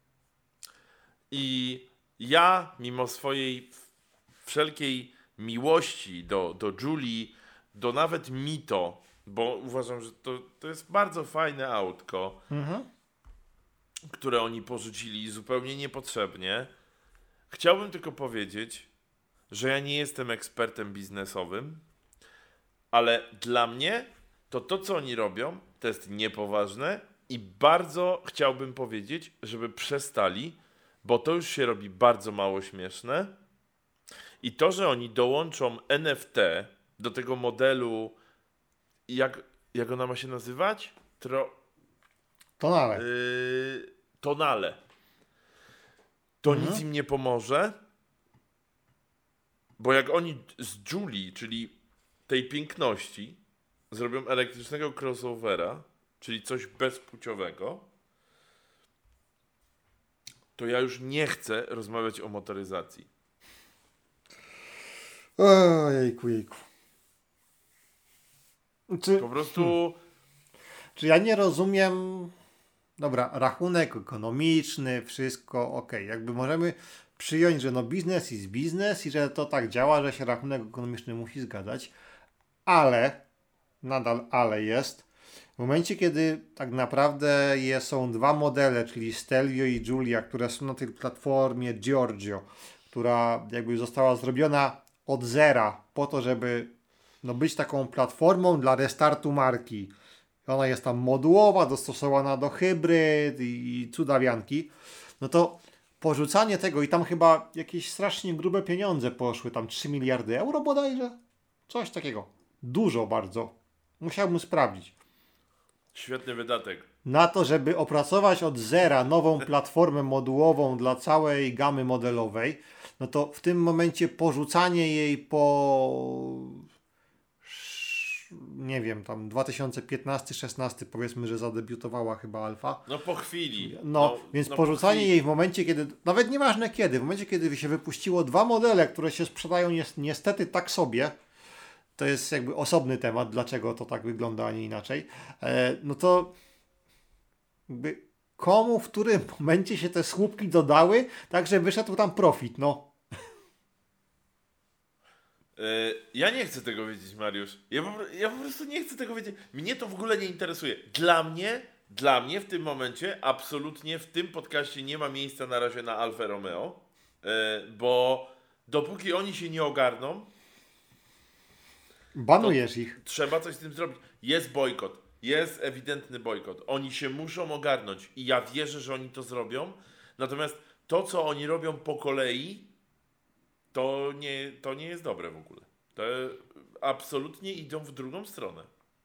I ja, mimo swojej wszelkiej miłości do Giulii, do nawet Mito, bo uważam, że to jest bardzo fajne autko, które oni porzucili zupełnie niepotrzebnie. Chciałbym tylko powiedzieć, że ja nie jestem ekspertem biznesowym, ale dla mnie to co oni robią, to jest niepoważne i bardzo chciałbym powiedzieć, żeby przestali, bo to już się robi bardzo mało śmieszne. I to, że oni dołączą NFT do tego modelu, jak ona ma się nazywać? Tonale. Tonale. To nic im nie pomoże, bo jak oni z Giulii, czyli tej piękności, zrobią elektrycznego crossovera, czyli coś bezpłciowego, to ja już nie chcę rozmawiać o motoryzacji. Jejku. Po prostu... Czy ja nie rozumiem... Dobra, rachunek ekonomiczny, wszystko ok. Jakby możemy przyjąć, że no biznes jest biznes i że to tak działa, że się rachunek ekonomiczny musi zgadzać, ale, nadal ale jest, w momencie kiedy tak naprawdę są dwa modele, czyli Stelvio i Giulia, które są na tej platformie Giorgio, która jakby została zrobiona od zera po to, żeby być taką platformą dla restartu marki. Ona jest tam modułowa, dostosowana do hybryd i cudawianki. No to porzucanie tego i tam chyba jakieś strasznie grube pieniądze poszły, tam 3 miliardy euro bodajże? Coś takiego. Dużo bardzo. Musiałbym sprawdzić. Świetny wydatek. Na to, żeby opracować od zera nową platformę modułową dla całej gamy modelowej, no to w tym momencie porzucanie jej po... nie wiem, tam 2015-16 powiedzmy, że zadebiutowała chyba Alfa. No po chwili. Więc porzucanie jej w momencie, kiedy, nawet nieważne kiedy, w momencie, kiedy się wypuściło dwa modele, które się sprzedają niestety tak sobie, to jest jakby osobny temat, dlaczego to tak wygląda, a nie inaczej, no to jakby komu, w którym momencie się te słupki dodały, tak że wyszedł tam profit, no. Ja nie chcę tego wiedzieć, Mariusz. Ja po prostu nie chcę tego wiedzieć. Mnie to w ogóle nie interesuje. Dla mnie w tym momencie absolutnie w tym podcaście nie ma miejsca na razie na Alfa Romeo, bo dopóki oni się nie ogarną, banujesz ich. Trzeba coś z tym zrobić. Jest bojkot. Jest ewidentny bojkot. Oni się muszą ogarnąć i ja wierzę, że oni to zrobią. Natomiast to, co oni robią po kolei, to nie jest dobre w ogóle. To absolutnie idą w drugą stronę.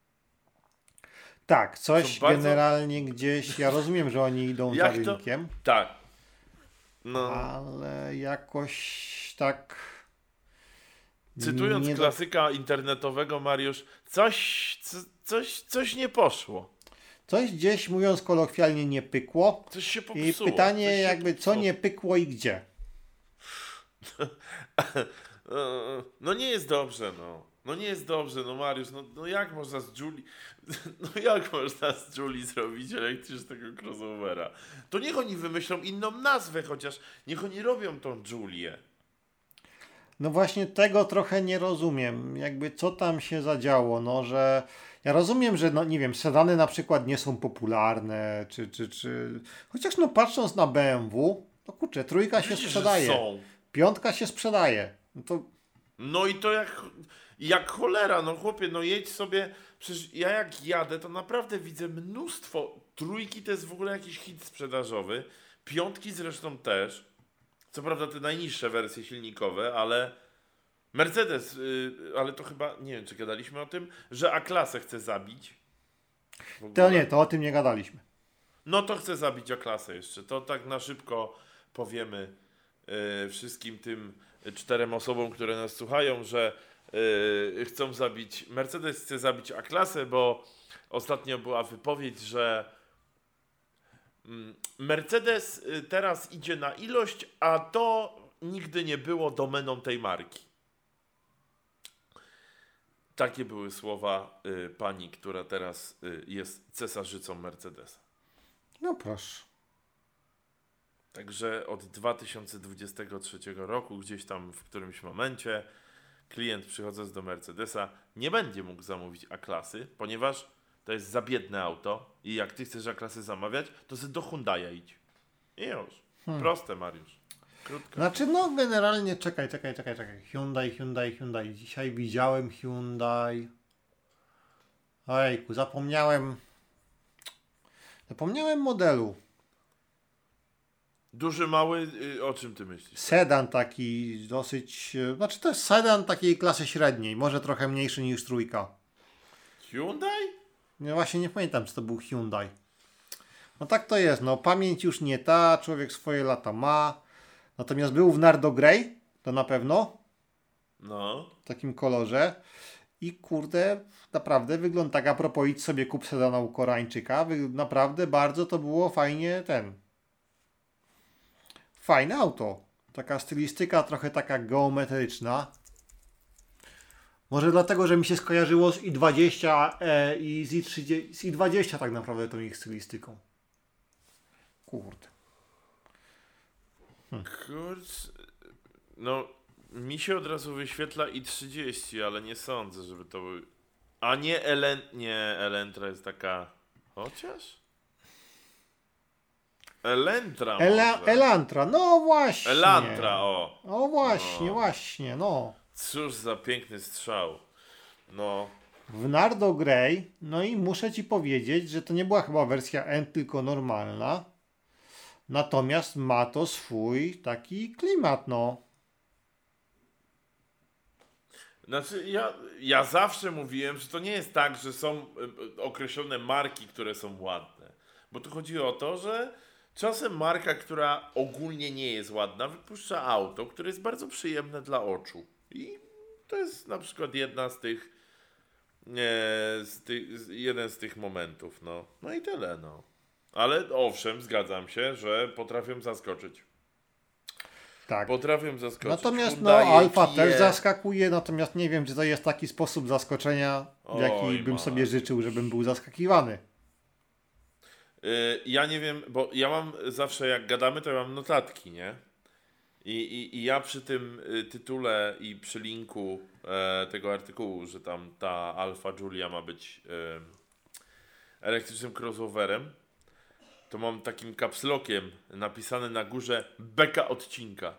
Tak, coś generalnie gdzieś, ja rozumiem, że oni idą za rynkiem. Tak. No. Ale jakoś tak... Cytując klasyka internetowego, Mariusz, coś nie poszło. Coś gdzieś, mówiąc kolokwialnie, nie pykło. Coś się popsuło. I pytanie jakby, co nie pykło i gdzie? No nie jest dobrze, no. No nie jest dobrze, no Mariusz, no jak można z Joulii, no jak można z Joulii zrobić elektrycznego crossovera? To niech oni wymyślą inną nazwę chociaż, niech oni robią tą Julię. No właśnie tego trochę nie rozumiem, jakby co tam się zadziało, no że ja rozumiem, że no nie wiem, sedany na przykład nie są popularne, czy chociaż no patrząc na BMW, no kurczę, trójka się Widzisz, że sprzedaje, są. piątka się sprzedaje, no to No i to jak cholera, no chłopie, no jedź sobie, przecież ja jak jadę, to naprawdę widzę mnóstwo, trójki to jest w ogóle jakiś hit sprzedażowy, piątki zresztą też, co prawda te najniższe wersje silnikowe, ale Mercedes, ale to chyba, nie wiem czy gadaliśmy o tym, że A-klasę chce zabić. W ogóle. to nie, to o tym nie gadaliśmy. No to chce zabić A-klasę jeszcze, to tak na szybko powiemy wszystkim tym 4 osobom, które nas słuchają, że chcą zabić, Mercedes chce zabić A-klasę, bo ostatnio była wypowiedź, że Mercedes teraz idzie na ilość, a to nigdy nie było domeną tej marki. Takie były słowa pani, która teraz jest cesarzycą Mercedesa. No proszę. Także od 2023 roku, gdzieś tam w którymś momencie, klient przychodząc do Mercedesa nie będzie mógł zamówić A-klasy, ponieważ to jest za biedne auto i jak ty chcesz A-klasy zamawiać, to sobie do Hyundai'a idź. I już. Proste, Mariusz. Krótko. Znaczy no generalnie, czekaj. Hyundai. Dzisiaj widziałem Hyundai. Ojku, zapomniałem modelu. Duży, mały, o czym ty myślisz? Sedan taki dosyć, znaczy to jest sedan takiej klasy średniej, może trochę mniejszy niż trójka. Hyundai? No właśnie nie pamiętam, czy to był Hyundai. No tak to jest, no pamięć już nie ta, człowiek swoje lata ma. Natomiast był w Nardo Grey, to na pewno, No. w takim kolorze. I kurde, naprawdę wygląda tak, a propos idź sobie kup sedana u Koreańczyka, naprawdę bardzo to było fajnie fajne auto. Taka stylistyka trochę taka geometryczna. Może dlatego, że mi się skojarzyło z i20 i z i20 tak naprawdę tą ich stylistyką. Kurde. Kurczę. No, mi się od razu wyświetla i30, ale nie sądzę, żeby to był... A nie Elantra jest taka... Chociaż? Elantra może. Elantra, no właśnie. Elantra, o. O właśnie, no. Cóż za piękny strzał. No. W Nardo Grey, no i muszę ci powiedzieć, że to nie była chyba wersja N, tylko normalna. Natomiast ma to swój taki klimat, no. Znaczy, ja zawsze mówiłem, że to nie jest tak, że są określone marki, które są ładne. Bo tu chodzi o to, że czasem marka, która ogólnie nie jest ładna, wypuszcza auto, które jest bardzo przyjemne dla oczu. I to jest na przykład jedna jeden z tych momentów, no. No i tyle, no. Ale owszem, zgadzam się, że potrafią zaskoczyć. Tak. Potrafią zaskoczyć. Natomiast Hyundai, Alfa Kia. też zaskakuje, natomiast nie wiem, czy to jest taki sposób zaskoczenia, jaki bym sobie życzył, żebym był zaskakiwany. Ja nie wiem, bo ja mam zawsze jak gadamy, to ja mam notatki, nie? I ja przy tym tytule i przy linku tego artykułu, że tam ta Alfa Giulia ma być elektrycznym crossoverem, to mam takim capslockiem napisane na górze beka odcinka.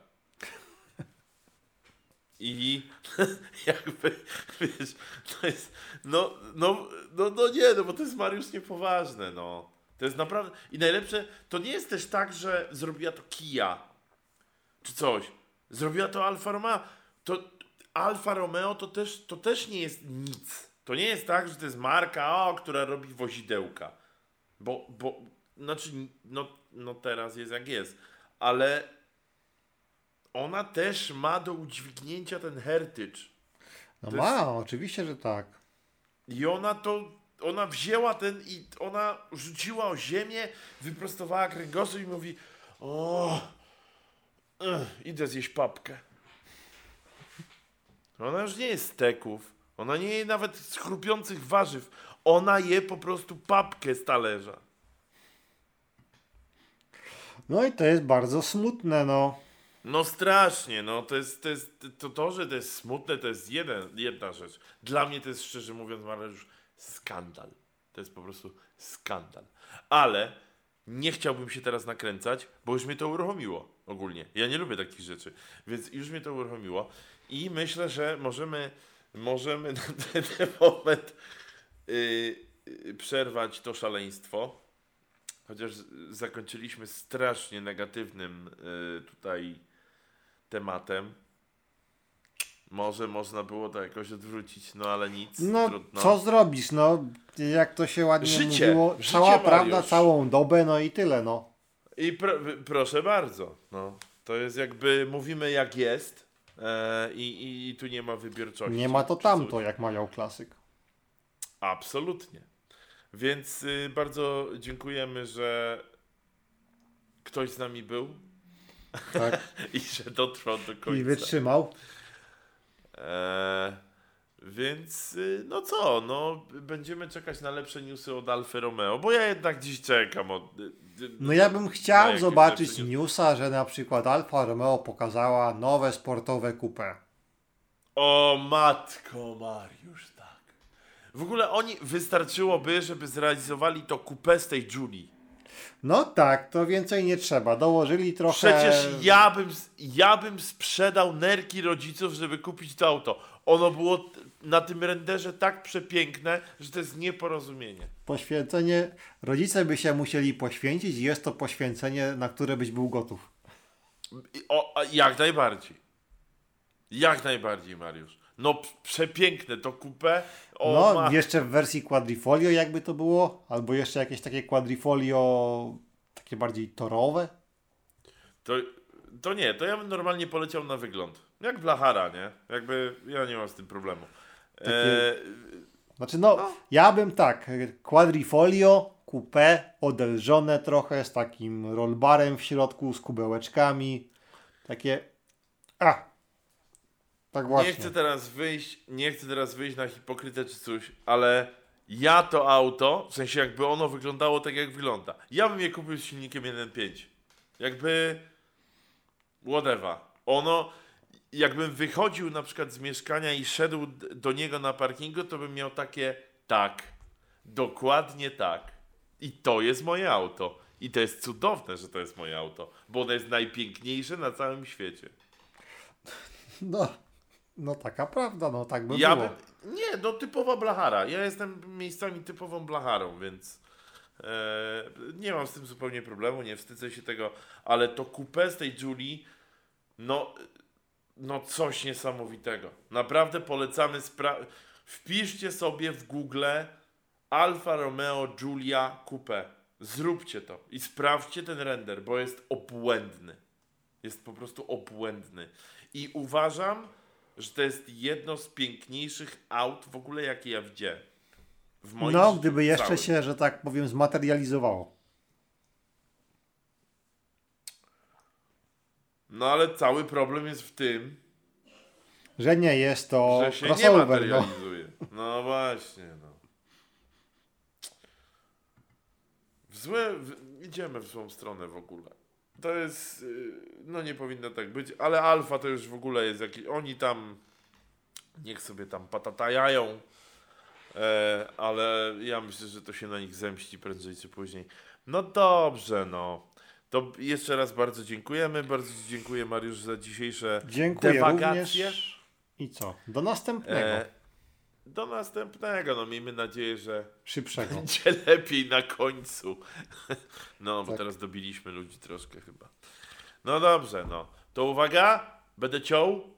I jakby, wiesz, to jest, no nie, no bo to jest Mariusz niepoważne, no. To jest naprawdę, i najlepsze, to nie jest też tak, że zrobiła to Kia, czy coś. Zrobiła to Alfa Romeo. To Alfa Romeo to też nie jest nic. To nie jest tak, że to jest marka, która robi wozidełka. Bo znaczy, no teraz jest jak jest. Ale ona też ma do udźwignięcia ten heritage. No To ma, oczywiście, że tak. I ona wzięła i ona rzuciła o ziemię, wyprostowała kręgosłup i mówi: idę zjeść papkę. Ona już nie jest z teków. Ona nie je nawet z chrupiących warzyw. Ona je po prostu papkę z talerza. No i to jest bardzo smutne, no. No strasznie, no to, że to jest smutne, to jest jedna rzecz. Dla mnie to jest, szczerze mówiąc, Mariusz, skandal. To jest po prostu skandal. Ale nie chciałbym się teraz nakręcać, bo już mnie to uruchomiło ogólnie. Ja nie lubię takich rzeczy, więc już mnie to uruchomiło i myślę, że możemy na ten moment przerwać to szaleństwo. Chociaż zakończyliśmy strasznie negatywnym tutaj tematem. Może można było to jakoś odwrócić, no ale nic, No, trudno. co zrobisz, no. Jak to się ładnie Życie, mówiło, życie, cała prawda, Mariusz. całą dobę, no i tyle, no. I proszę bardzo, no. To jest jakby, mówimy jak jest i tu nie ma wybiórczości. Nie ma to czy tamto, coś. jak mawiał klasyk. Absolutnie. Więc bardzo dziękujemy, że ktoś z nami był Tak. i że dotrwał do końca. I wytrzymał. Więc no co, no będziemy czekać na lepsze newsy od Alfy Romeo, bo ja jednak dziś czekam No ja bym na chciał jakieś zobaczyć lepsze newsa, że na przykład Alfa Romeo pokazała nowe sportowe coupé. O matko Mariusz, tak. W ogóle wystarczyłoby, żeby zrealizowali to coupé z tej Julii. No tak, to więcej nie trzeba. Dołożyli trochę... Przecież ja bym sprzedał nerki rodziców, żeby kupić to auto. Ono było na tym renderze tak przepiękne, że to jest nieporozumienie. Poświęcenie... Rodzice by się musieli poświęcić i jest to poświęcenie, na które byś był gotów. Jak najbardziej. Jak najbardziej, Mariusz. No przepiękne to coupé. No, jeszcze w wersji quadrifolio jakby to było, albo jeszcze jakieś takie quadrifolio takie bardziej torowe. To nie, to ja bym normalnie poleciał na wygląd. Jak blachara, nie? Jakby ja nie mam z tym problemu. Znaczy ja bym tak, quadrifolio, coupé, odelżone trochę, z takim rollbarem w środku, z kubełeczkami. Takie, tak właśnie. Nie chcę teraz wyjść na hipokrytę czy coś, ale ja to auto, w sensie jakby ono wyglądało tak jak wygląda, ja bym je kupił z silnikiem 1.5. Jakby whatever. Ono, jakbym wychodził na przykład z mieszkania i szedł do niego na parkingu, to bym miał takie tak, dokładnie tak. I to jest moje auto. I to jest cudowne, że to jest moje auto, bo ono jest najpiękniejsze na całym świecie. No taka prawda, no tak by było. Nie, no typowa blachara. Ja jestem miejscami typową blacharą, więc nie mam z tym zupełnie problemu, nie wstydzę się tego, ale to coupé z tej Julii, no coś niesamowitego. Naprawdę polecamy, wpiszcie sobie w Google Alfa Romeo Giulia Coupé. Zróbcie to i sprawdźcie ten render, bo jest obłędny. Jest po prostu obłędny. I uważam, że to jest jedno z piękniejszych aut w ogóle, jakie ja widziałem. W moim życiu Gdyby jeszcze całym. się, że tak powiem, zmaterializowało. No ale cały problem jest w tym, Że nie jest to że się nie crossover, no. materializuje. No właśnie, no. Idziemy w złą stronę w ogóle. To jest, no nie powinno tak być, ale Alfa to już w ogóle jest jakiś, oni tam, niech sobie tam patatajają, ale ja myślę, że to się na nich zemści prędzej czy później. No dobrze, no. To jeszcze raz bardzo dziękujemy. Bardzo Ci dziękuję, Mariusz, za dzisiejsze Dziękuję dywagacje. również. I co? Do następnego. Do następnego. No miejmy nadzieję, że Szybszego. będzie lepiej na końcu. No, bo Tak. teraz dobiliśmy ludzi troszkę chyba. No dobrze, no. To uwaga, będę ciął.